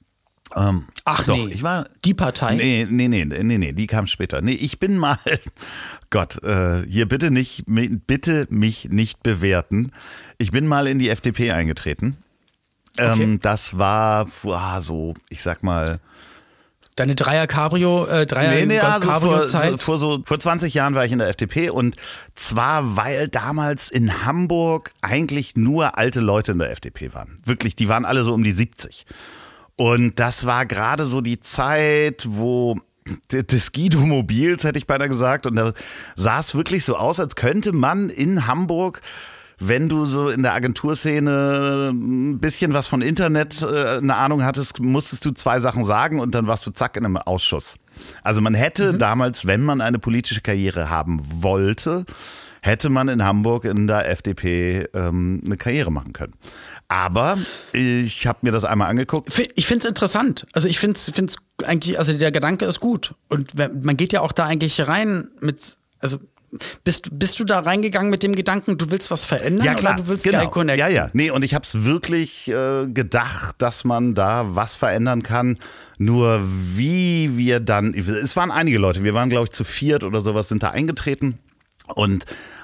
Ich war... Die Partei? Nee, die kam später. Nee, ich bin mal... Gott, hier bitte mich nicht bewerten. Ich bin mal in die FDP eingetreten. Das war so, ich sag mal... Deine Cabrio-Zeit? Vor 20 Jahren war ich in der FDP und zwar, weil damals in Hamburg eigentlich nur alte Leute in der FDP waren. Wirklich, die waren alle so um die 70. Und das war gerade so die Zeit, wo des Guido-Mobils, hätte ich beinahe gesagt, und da sah es wirklich so aus, als könnte man in Hamburg, wenn du so in der Agenturszene ein bisschen was von Internet eine Ahnung hattest, musstest du 2 Sachen sagen und dann warst du zack in einem Ausschuss. Also man hätte damals, wenn man eine politische Karriere haben wollte, hätte man in Hamburg in der FDP eine Karriere machen können. Aber ich habe mir das einmal angeguckt. Ich finde es interessant. Also ich finde es eigentlich, also der Gedanke ist gut. Und man geht ja auch da eigentlich rein mit, also bist du da reingegangen mit dem Gedanken, du willst was verändern? Ja, klar, oder du willst genau. geil connecten? Ja. Nee, und ich habe es wirklich gedacht, dass man da was verändern kann. Nur wie wir dann, es waren einige Leute, wir waren glaube ich zu 4 oder sowas, sind da eingetreten. Und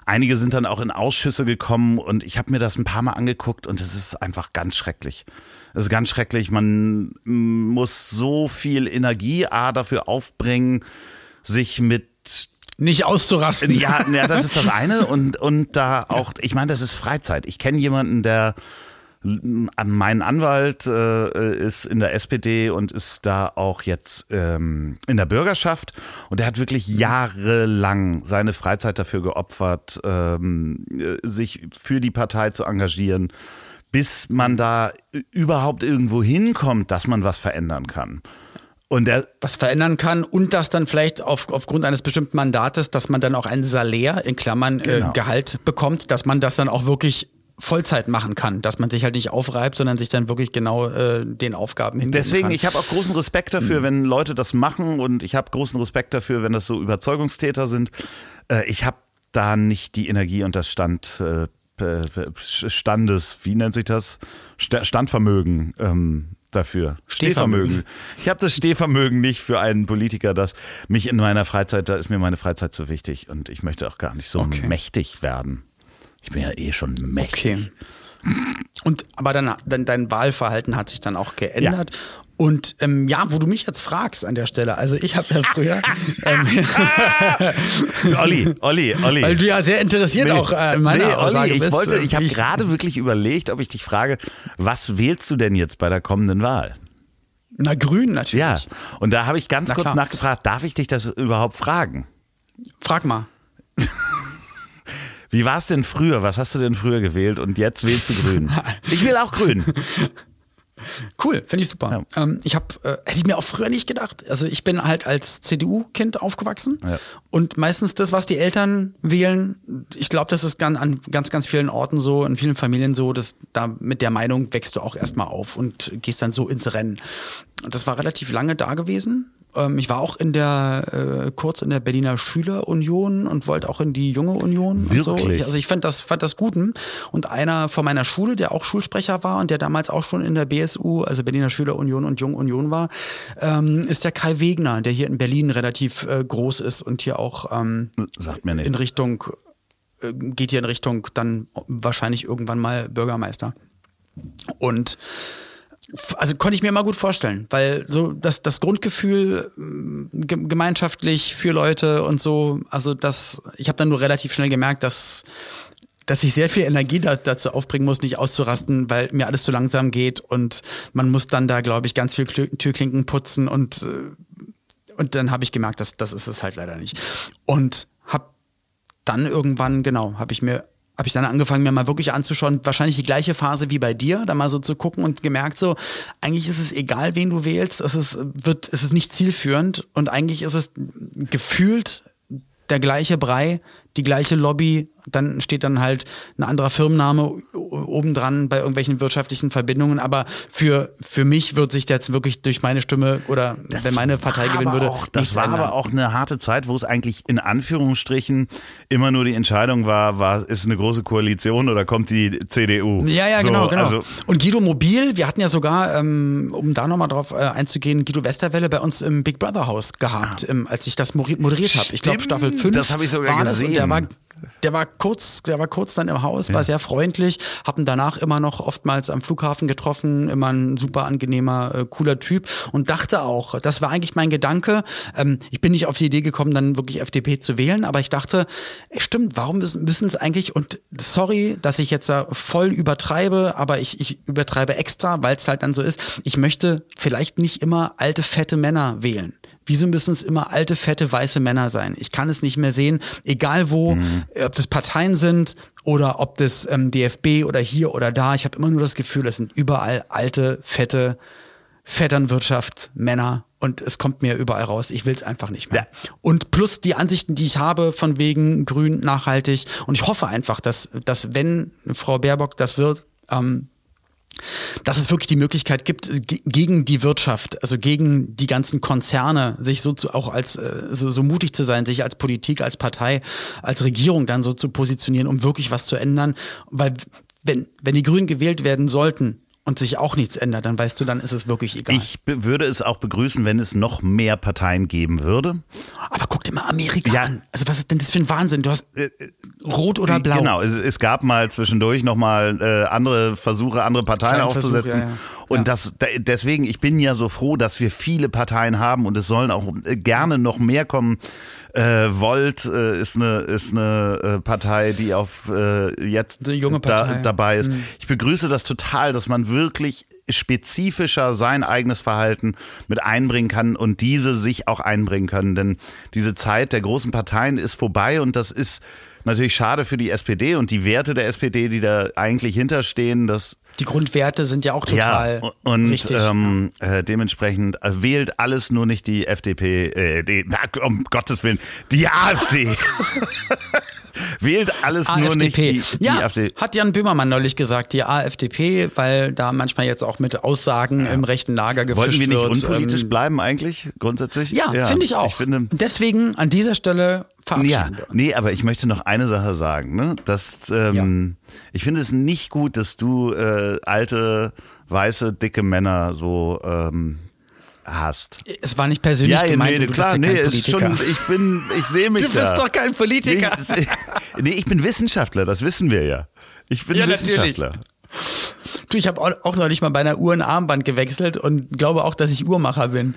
einige sind dann auch in Ausschüsse gekommen und ich habe mir das ein paar Mal angeguckt und es ist einfach ganz schrecklich. Es ist ganz schrecklich, man muss so viel Energie dafür aufbringen, sich mit nicht auszurasten. Ja, das ist das eine und da auch, ich meine, das ist Freizeit. Ich kenne jemanden, mein Anwalt ist in der SPD und ist da auch jetzt in der Bürgerschaft und der hat wirklich jahrelang seine Freizeit dafür geopfert, sich für die Partei zu engagieren, bis man da überhaupt irgendwo hinkommt, dass man was verändern kann. Und was verändern kann und das dann vielleicht aufgrund eines bestimmten Mandates, dass man dann auch ein Salär, in Klammern Gehalt bekommt, dass man das dann auch wirklich Vollzeit machen kann, dass man sich halt nicht aufreibt, sondern sich dann wirklich genau den Aufgaben hingeben Deswegen, kann. ich habe auch großen Respekt dafür, wenn Leute das machen und ich habe großen Respekt dafür, wenn das so Überzeugungstäter sind. Ich habe da nicht die Energie und das wie nennt sich das? Standvermögen dafür. Stehvermögen. Ich habe das Stehvermögen nicht für einen Politiker, das mich in meiner Freizeit, da ist mir meine Freizeit zu wichtig und ich möchte auch gar nicht so mächtig werden. Ich bin ja eh schon mächtig. Okay. Aber dann dein Wahlverhalten hat sich dann auch geändert. Ja. Und wo du mich jetzt fragst an der Stelle, also ich habe ja früher Olli. Weil du ja sehr interessiert auch an meiner Aussage bist. Ich habe gerade wirklich überlegt, ob ich dich frage, was wählst du denn jetzt bei der kommenden Wahl? Na, grün natürlich. Ja, und da habe ich ganz kurz nachgefragt, darf ich dich das überhaupt fragen? Frag mal. Wie war es denn früher? Was hast du denn früher gewählt und jetzt wählst du grün? Ich will auch grün. Cool, finde ich super. Ja. Hätte ich mir auch früher nicht gedacht. Also ich bin halt als CDU-Kind aufgewachsen und meistens das, was die Eltern wählen, ich glaube, das ist an ganz, ganz vielen Orten so, in vielen Familien so, dass da mit der Meinung wächst du auch erstmal auf und gehst dann so ins Rennen. Und das war relativ lange da gewesen. Ich war auch kurz in der Berliner Schülerunion und wollte auch in die Junge Union. Wirklich? Und so. Also ich fand das gut. Und einer von meiner Schule, der auch Schulsprecher war und der damals auch schon in der BSU, also Berliner Schülerunion und Junge Union war, ist der Kai Wegner, der hier in Berlin relativ groß ist und hier auch Sagt mir nicht. geht hier in Richtung dann wahrscheinlich irgendwann mal Bürgermeister. Und also konnte ich mir immer gut vorstellen, weil so das Grundgefühl gemeinschaftlich für Leute und so, also ich habe dann nur relativ schnell gemerkt, dass ich sehr viel Energie dazu aufbringen muss, nicht auszurasten, weil mir alles zu langsam geht und man muss dann da, glaube ich, ganz viel Türklinken putzen und dann habe ich gemerkt, das ist es halt leider nicht. Und habe dann irgendwann, habe ich dann angefangen, mir mal wirklich anzuschauen, wahrscheinlich die gleiche Phase wie bei dir, da mal so zu gucken und gemerkt so, eigentlich ist es egal, wen du wählst, es ist nicht zielführend und eigentlich ist es gefühlt der gleiche Brei, die gleiche Lobby, dann steht dann halt ein anderer Firmenname obendran bei irgendwelchen wirtschaftlichen Verbindungen, aber für mich wird sich jetzt wirklich durch meine Stimme oder wenn meine Partei gewinnen würde, das war ändern. Aber auch eine harte Zeit, wo es eigentlich in Anführungsstrichen immer nur die Entscheidung war, ist eine große Koalition oder kommt die CDU? Ja, so, genau. Also und Guido Mobil, wir hatten ja sogar, um da nochmal drauf einzugehen, Guido Westerwelle bei uns im Big Brother Haus gehabt, als ich das moderiert habe. Ich glaube Staffel 5 das habe ich sogar gesehen. Der war kurz dann im Haus, war sehr freundlich, hab ihn danach immer noch oftmals am Flughafen getroffen, immer ein super angenehmer, cooler Typ und dachte auch, das war eigentlich mein Gedanke, ich bin nicht auf die Idee gekommen, dann wirklich FDP zu wählen, aber ich dachte, stimmt, warum müssen es eigentlich, und sorry, dass ich jetzt da voll übertreibe, aber ich übertreibe extra, weil es halt dann so ist, ich möchte vielleicht nicht immer alte, fette Männer wählen. Wieso müssen es immer alte, fette, weiße Männer sein? Ich kann es nicht mehr sehen, egal wo, ob das Parteien sind oder ob das DFB oder hier oder da. Ich habe immer nur das Gefühl, es sind überall alte, fette Vetternwirtschaft, Männer und es kommt mir überall raus. Ich will es einfach nicht mehr. Ja. Und plus die Ansichten, die ich habe von wegen grün, nachhaltig und ich hoffe einfach, dass wenn Frau Baerbock das wird, dass es wirklich die Möglichkeit gibt, gegen die Wirtschaft, also gegen die ganzen Konzerne, sich auch als so mutig zu sein, sich als Politik, als Partei, als Regierung dann so zu positionieren, um wirklich was zu ändern. Weil wenn die Grünen gewählt werden sollten und sich auch nichts ändert, dann weißt du, dann ist es wirklich egal. Ich würde es auch begrüßen, wenn es noch mehr Parteien geben würde. Aber guck dir mal Amerika an. Also was ist denn das für ein Wahnsinn? Du hast Rot oder blau. Genau, es gab mal zwischendurch nochmal andere Versuche, andere Parteien aufzusetzen. Ja. Und deswegen, ich bin ja so froh, dass wir viele Parteien haben und es sollen auch gerne noch mehr kommen. Volt ist eine Partei, die auf jetzt junge Partei. dabei ist. Ich begrüße das total, dass man wirklich spezifischer sein eigenes Verhalten mit einbringen kann und diese sich auch einbringen können. Denn diese Zeit der großen Parteien ist vorbei und das ist natürlich schade für die SPD und die Werte der SPD, die da eigentlich hinterstehen. Die Grundwerte sind ja auch total richtig. Dementsprechend wählt alles nur nicht die FDP, um Gottes Willen, die AfD. Wählt alles AfDP. Nur nicht die AfD. Hat Jan Böhmermann neulich gesagt, die AfDP, weil da manchmal jetzt auch mit Aussagen im rechten Lager gefischt wird. Wollten wir nicht unpolitisch bleiben eigentlich, grundsätzlich? Ja, finde ich auch. Deswegen an dieser Stelle verabschieden wir uns. Nee, aber ich möchte noch eine Sache sagen. Ne? Ich finde es nicht gut, dass du alte, weiße, dicke Männer so hast. Es war nicht persönlich gemeint, du bist ja kein Politiker. Ich sehe mich da. Du bist doch kein Politiker. Ich bin Wissenschaftler, das wissen wir ja. Ich bin Wissenschaftler. Natürlich. Du, ich habe auch neulich mal bei einer Uhr ein Armband gewechselt und glaube auch, dass ich Uhrmacher bin.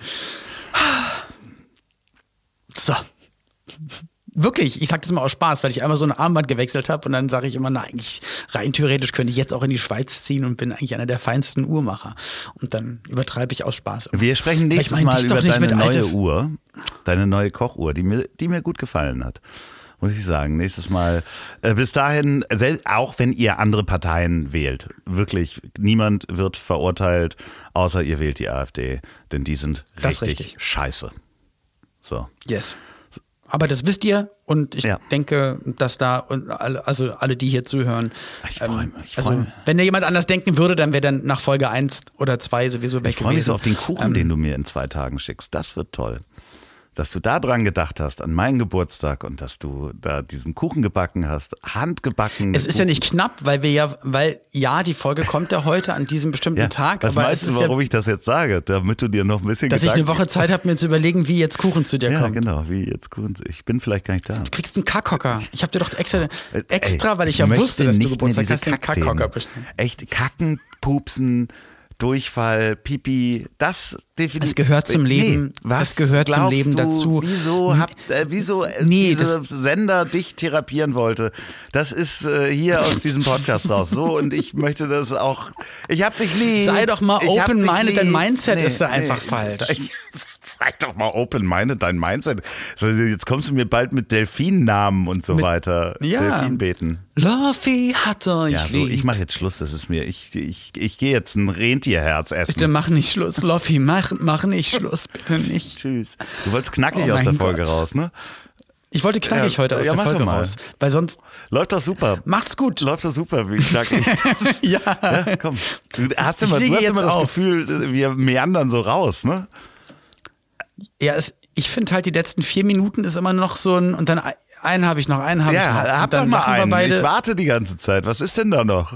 So. Wirklich, ich sag das mal aus Spaß, weil ich einmal so ein Armband gewechselt habe und dann sage ich immer, na, eigentlich rein theoretisch könnte ich jetzt auch in die Schweiz ziehen und bin eigentlich einer der feinsten Uhrmacher. Und dann übertreibe ich aus Spaß. Wir sprechen nächstes Mal über deine neue Uhr, deine neue Kochuhr, die mir gut gefallen hat. Muss ich sagen, nächstes Mal. Bis dahin, auch wenn ihr andere Parteien wählt, wirklich, niemand wird verurteilt, außer ihr wählt die AfD, denn die sind richtig scheiße. So. Yes. Aber das wisst ihr und ich denke, dass da alle, die hier zuhören, ich freue mich. Wenn da jemand anders denken würde, dann wäre dann nach Folge 1 oder 2 sowieso weg gewesen. Ich freue mich so auf den Kuchen, den du mir in 2 Tagen schickst. Das wird toll. Dass du da dran gedacht hast, an meinen Geburtstag und dass du da diesen Kuchen gebacken hast, handgebacken. Es ist ja nicht knapp, weil die Folge kommt ja heute an diesem bestimmten Tag. Was meinst du, warum ich das jetzt sage? Damit du dir noch ein bisschen Dass ich eine Woche Zeit habe, mir zu überlegen, wie jetzt Kuchen zu dir kommt. Ja, genau, wie jetzt Kuchen. Ich bin vielleicht gar nicht da. Du kriegst einen Kackhocker. Ich habe dir doch extra, weil ich ja wusste, dass du Geburtstag hast, einen Kackhocker bestimmt. Echt, Kacken, Pupsen, Durchfall, Pipi, das definitiv. Es gehört zum Leben. Das gehört zum Leben dazu. Wieso dieser Sender dich therapieren wollte? Das ist hier aus diesem Podcast raus. So, und ich möchte das auch. Ich hab dich lieb. Sei doch mal open-minded, dein Mindset ist da einfach falsch. Sei doch mal open-minded, dein Mindset. Jetzt kommst du mir bald mit Delfinnamen und so weiter. Ja. Delfinbeten. Luffy hat euch lieb. Ich mache jetzt Schluss, das ist mir. Ich gehe jetzt ein Rentierherz essen. Bitte mach nicht Schluss, Luffy, mach nicht Schluss, bitte nicht. Tschüss. Du wolltest knackig aus der Folge raus, ne? Ich wollte knackig heute aus der Folge raus, weil sonst... Läuft doch super. Macht's gut. Läuft doch super, wie knackig. Ja, komm. Du hast immer das Gefühl, wir meandern so raus, ne? Ja, ich finde halt, die letzten 4 Minuten ist immer noch so ein... Und dann einen habe ich noch. Ja, hab doch mal einen. Ich warte die ganze Zeit. Was ist denn da noch?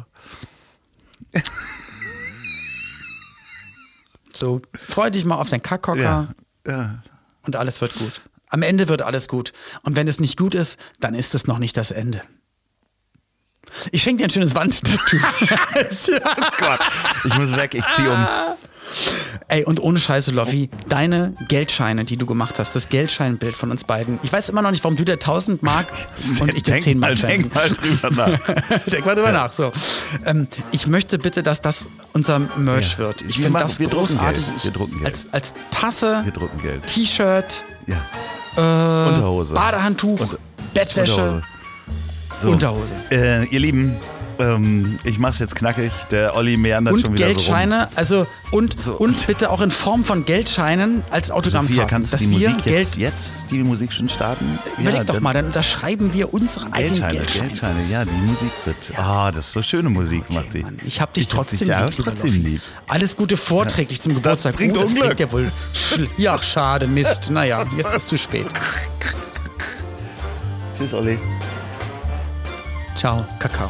So, freu dich mal auf deinen Kackhocker und alles wird gut. Am Ende wird alles gut. Und wenn es nicht gut ist, dann ist es noch nicht das Ende. Ich schenke dir ein schönes Wandtattoo. Oh Gott, ich muss weg, ich ziehe um. Ey, und ohne Scheiße, Loffi, deine Geldscheine, die du gemacht hast, das Geldscheinbild von uns beiden. Ich weiß immer noch nicht, warum du dir 1000 Mark und ich dir 10 Mark schenken. Denk mal drüber nach. Denk mal drüber nach, so. Ich möchte bitte, dass das unser Merch wird. Ich finde das großartig. Wir drucken Geld. Als Tasse, wir drucken Geld. T-Shirt, Unterhose, Badehandtuch, Bettwäsche, Unterhose. Ihr Lieben, ich mach's jetzt knackig. Der Olli meandert schon wieder Geldscheine, so rum. Und bitte auch in Form von Geldscheinen als Autogrammkarten. Kannst du die Musik jetzt die Musik schon starten? Überleg doch mal, dann unterschreiben wir unsere eigenen Geldscheine. Ja, die Musik wird. Das ist so schöne Musik, Matti. Mann, ich hab dich trotzdem lieb. Alles Gute vorträglich zum Geburtstag. Das bringt Unglück. Das bringt ja wohl. Ja, schade, Mist. Naja, jetzt ist zu spät. Tschüss, Olli. Ciao, Kakao.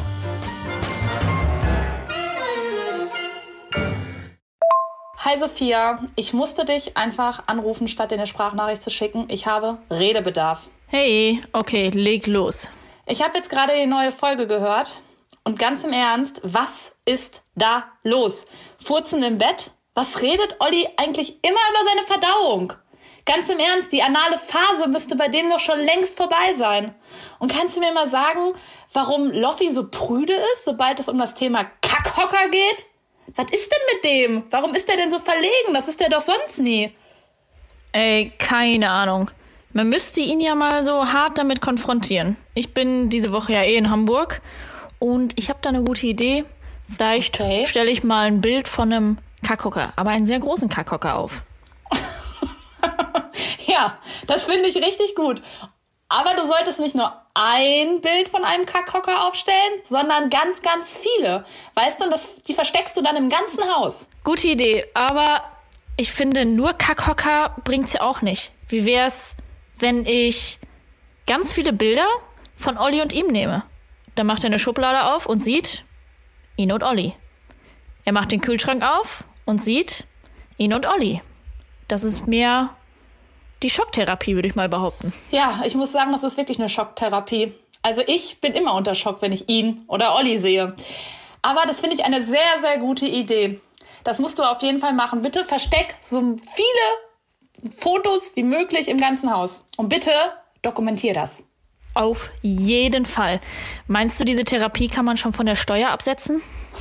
Hi Sophia, ich musste dich einfach anrufen, statt dir eine Sprachnachricht zu schicken. Ich habe Redebedarf. Hey, okay, leg los. Ich habe jetzt gerade die neue Folge gehört und ganz im Ernst, was ist da los? Furzen im Bett? Was redet Olli eigentlich immer über seine Verdauung? Ganz im Ernst, die anale Phase müsste bei dem doch schon längst vorbei sein. Und kannst du mir mal sagen, warum Loffi so prüde ist, sobald es um das Thema Kackhocker geht? Was ist denn mit dem? Warum ist der denn so verlegen? Das ist der doch sonst nie. Ey, keine Ahnung. Man müsste ihn ja mal so hart damit konfrontieren. Ich bin diese Woche ja in Hamburg und ich habe da eine gute Idee. Vielleicht stelle ich mal ein Bild von einem Kackhocker, aber einen sehr großen Kackhocker auf. Ja, das finde ich richtig gut. Aber du solltest nicht nur ein Bild von einem Kackhocker aufstellen, sondern ganz, ganz viele. Weißt du, und die versteckst du dann im ganzen Haus. Gute Idee, aber ich finde, nur Kackhocker bringt's ja auch nicht. Wie wär's, wenn ich ganz viele Bilder von Olli und ihm nehme? Dann macht er eine Schublade auf und sieht ihn und Olli. Er macht den Kühlschrank auf und sieht ihn und Olli. Das ist mehr die Schocktherapie, würde ich mal behaupten. Ja, ich muss sagen, das ist wirklich eine Schocktherapie. Also ich bin immer unter Schock, wenn ich ihn oder Olli sehe. Aber das finde ich eine sehr, sehr gute Idee. Das musst du auf jeden Fall machen. Bitte versteck so viele Fotos wie möglich im ganzen Haus. Und bitte dokumentier das. Auf jeden Fall. Meinst du, diese Therapie kann man schon von der Steuer absetzen?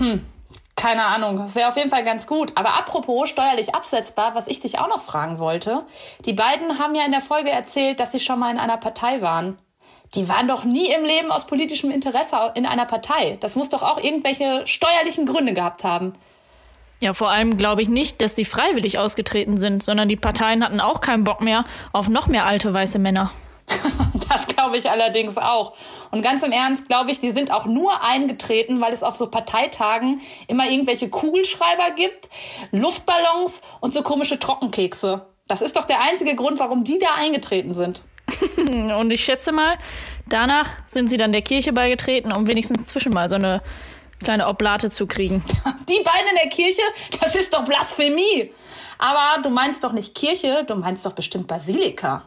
Keine Ahnung. Das wäre auf jeden Fall ganz gut. Aber apropos steuerlich absetzbar, was ich dich auch noch fragen wollte. Die beiden haben ja in der Folge erzählt, dass sie schon mal in einer Partei waren. Die waren doch nie im Leben aus politischem Interesse in einer Partei. Das muss doch auch irgendwelche steuerlichen Gründe gehabt haben. Ja, vor allem glaube ich nicht, dass die freiwillig ausgetreten sind, sondern die Parteien hatten auch keinen Bock mehr auf noch mehr alte weiße Männer. Das glaube ich allerdings auch. Und ganz im Ernst glaube ich, die sind auch nur eingetreten, weil es auf so Parteitagen immer irgendwelche Kugelschreiber gibt, Luftballons und so komische Trockenkekse. Das ist doch der einzige Grund, warum die da eingetreten sind. Und ich schätze mal, danach sind sie dann der Kirche beigetreten, um wenigstens zwischen mal so eine kleine Oblate zu kriegen. Die beiden in der Kirche, das ist doch Blasphemie. Aber du meinst doch nicht Kirche, du meinst doch bestimmt Basilika.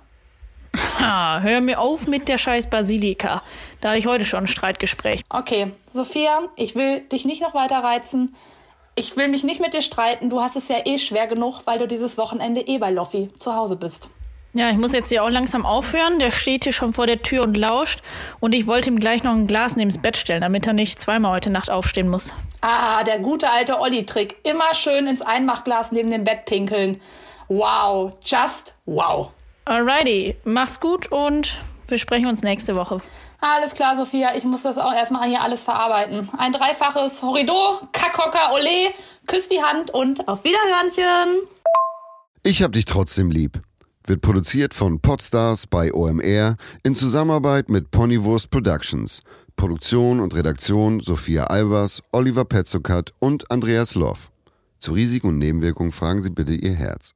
Ha, hör mir auf mit der scheiß Basilika. Da hatte ich heute schon ein Streitgespräch. Okay, Sophia, ich will dich nicht noch weiter reizen. Ich will mich nicht mit dir streiten. Du hast es ja eh schwer genug, weil du dieses Wochenende bei Loffi zu Hause bist. Ja, ich muss jetzt hier auch langsam aufhören. Der steht hier schon vor der Tür und lauscht. Und ich wollte ihm gleich noch ein Glas neben das Bett stellen, damit er nicht zweimal heute Nacht aufstehen muss. Ah, der gute alte Olli-Trick. Immer schön ins Einmachglas neben dem Bett pinkeln. Wow, just wow. Alrighty, mach's gut und wir sprechen uns nächste Woche. Alles klar, Sophia, ich muss das auch erstmal hier alles verarbeiten. Ein dreifaches Horrido, Kackhocker, Olé, küss die Hand und auf Wiederhörnchen. Ich hab dich trotzdem lieb. Wird produziert von Podstars bei OMR in Zusammenarbeit mit Ponywurst Productions. Produktion und Redaktion Sophia Albers, Oliver Petzokat und Andreas Loff. Zu Risiken und Nebenwirkungen fragen Sie bitte Ihr Herz.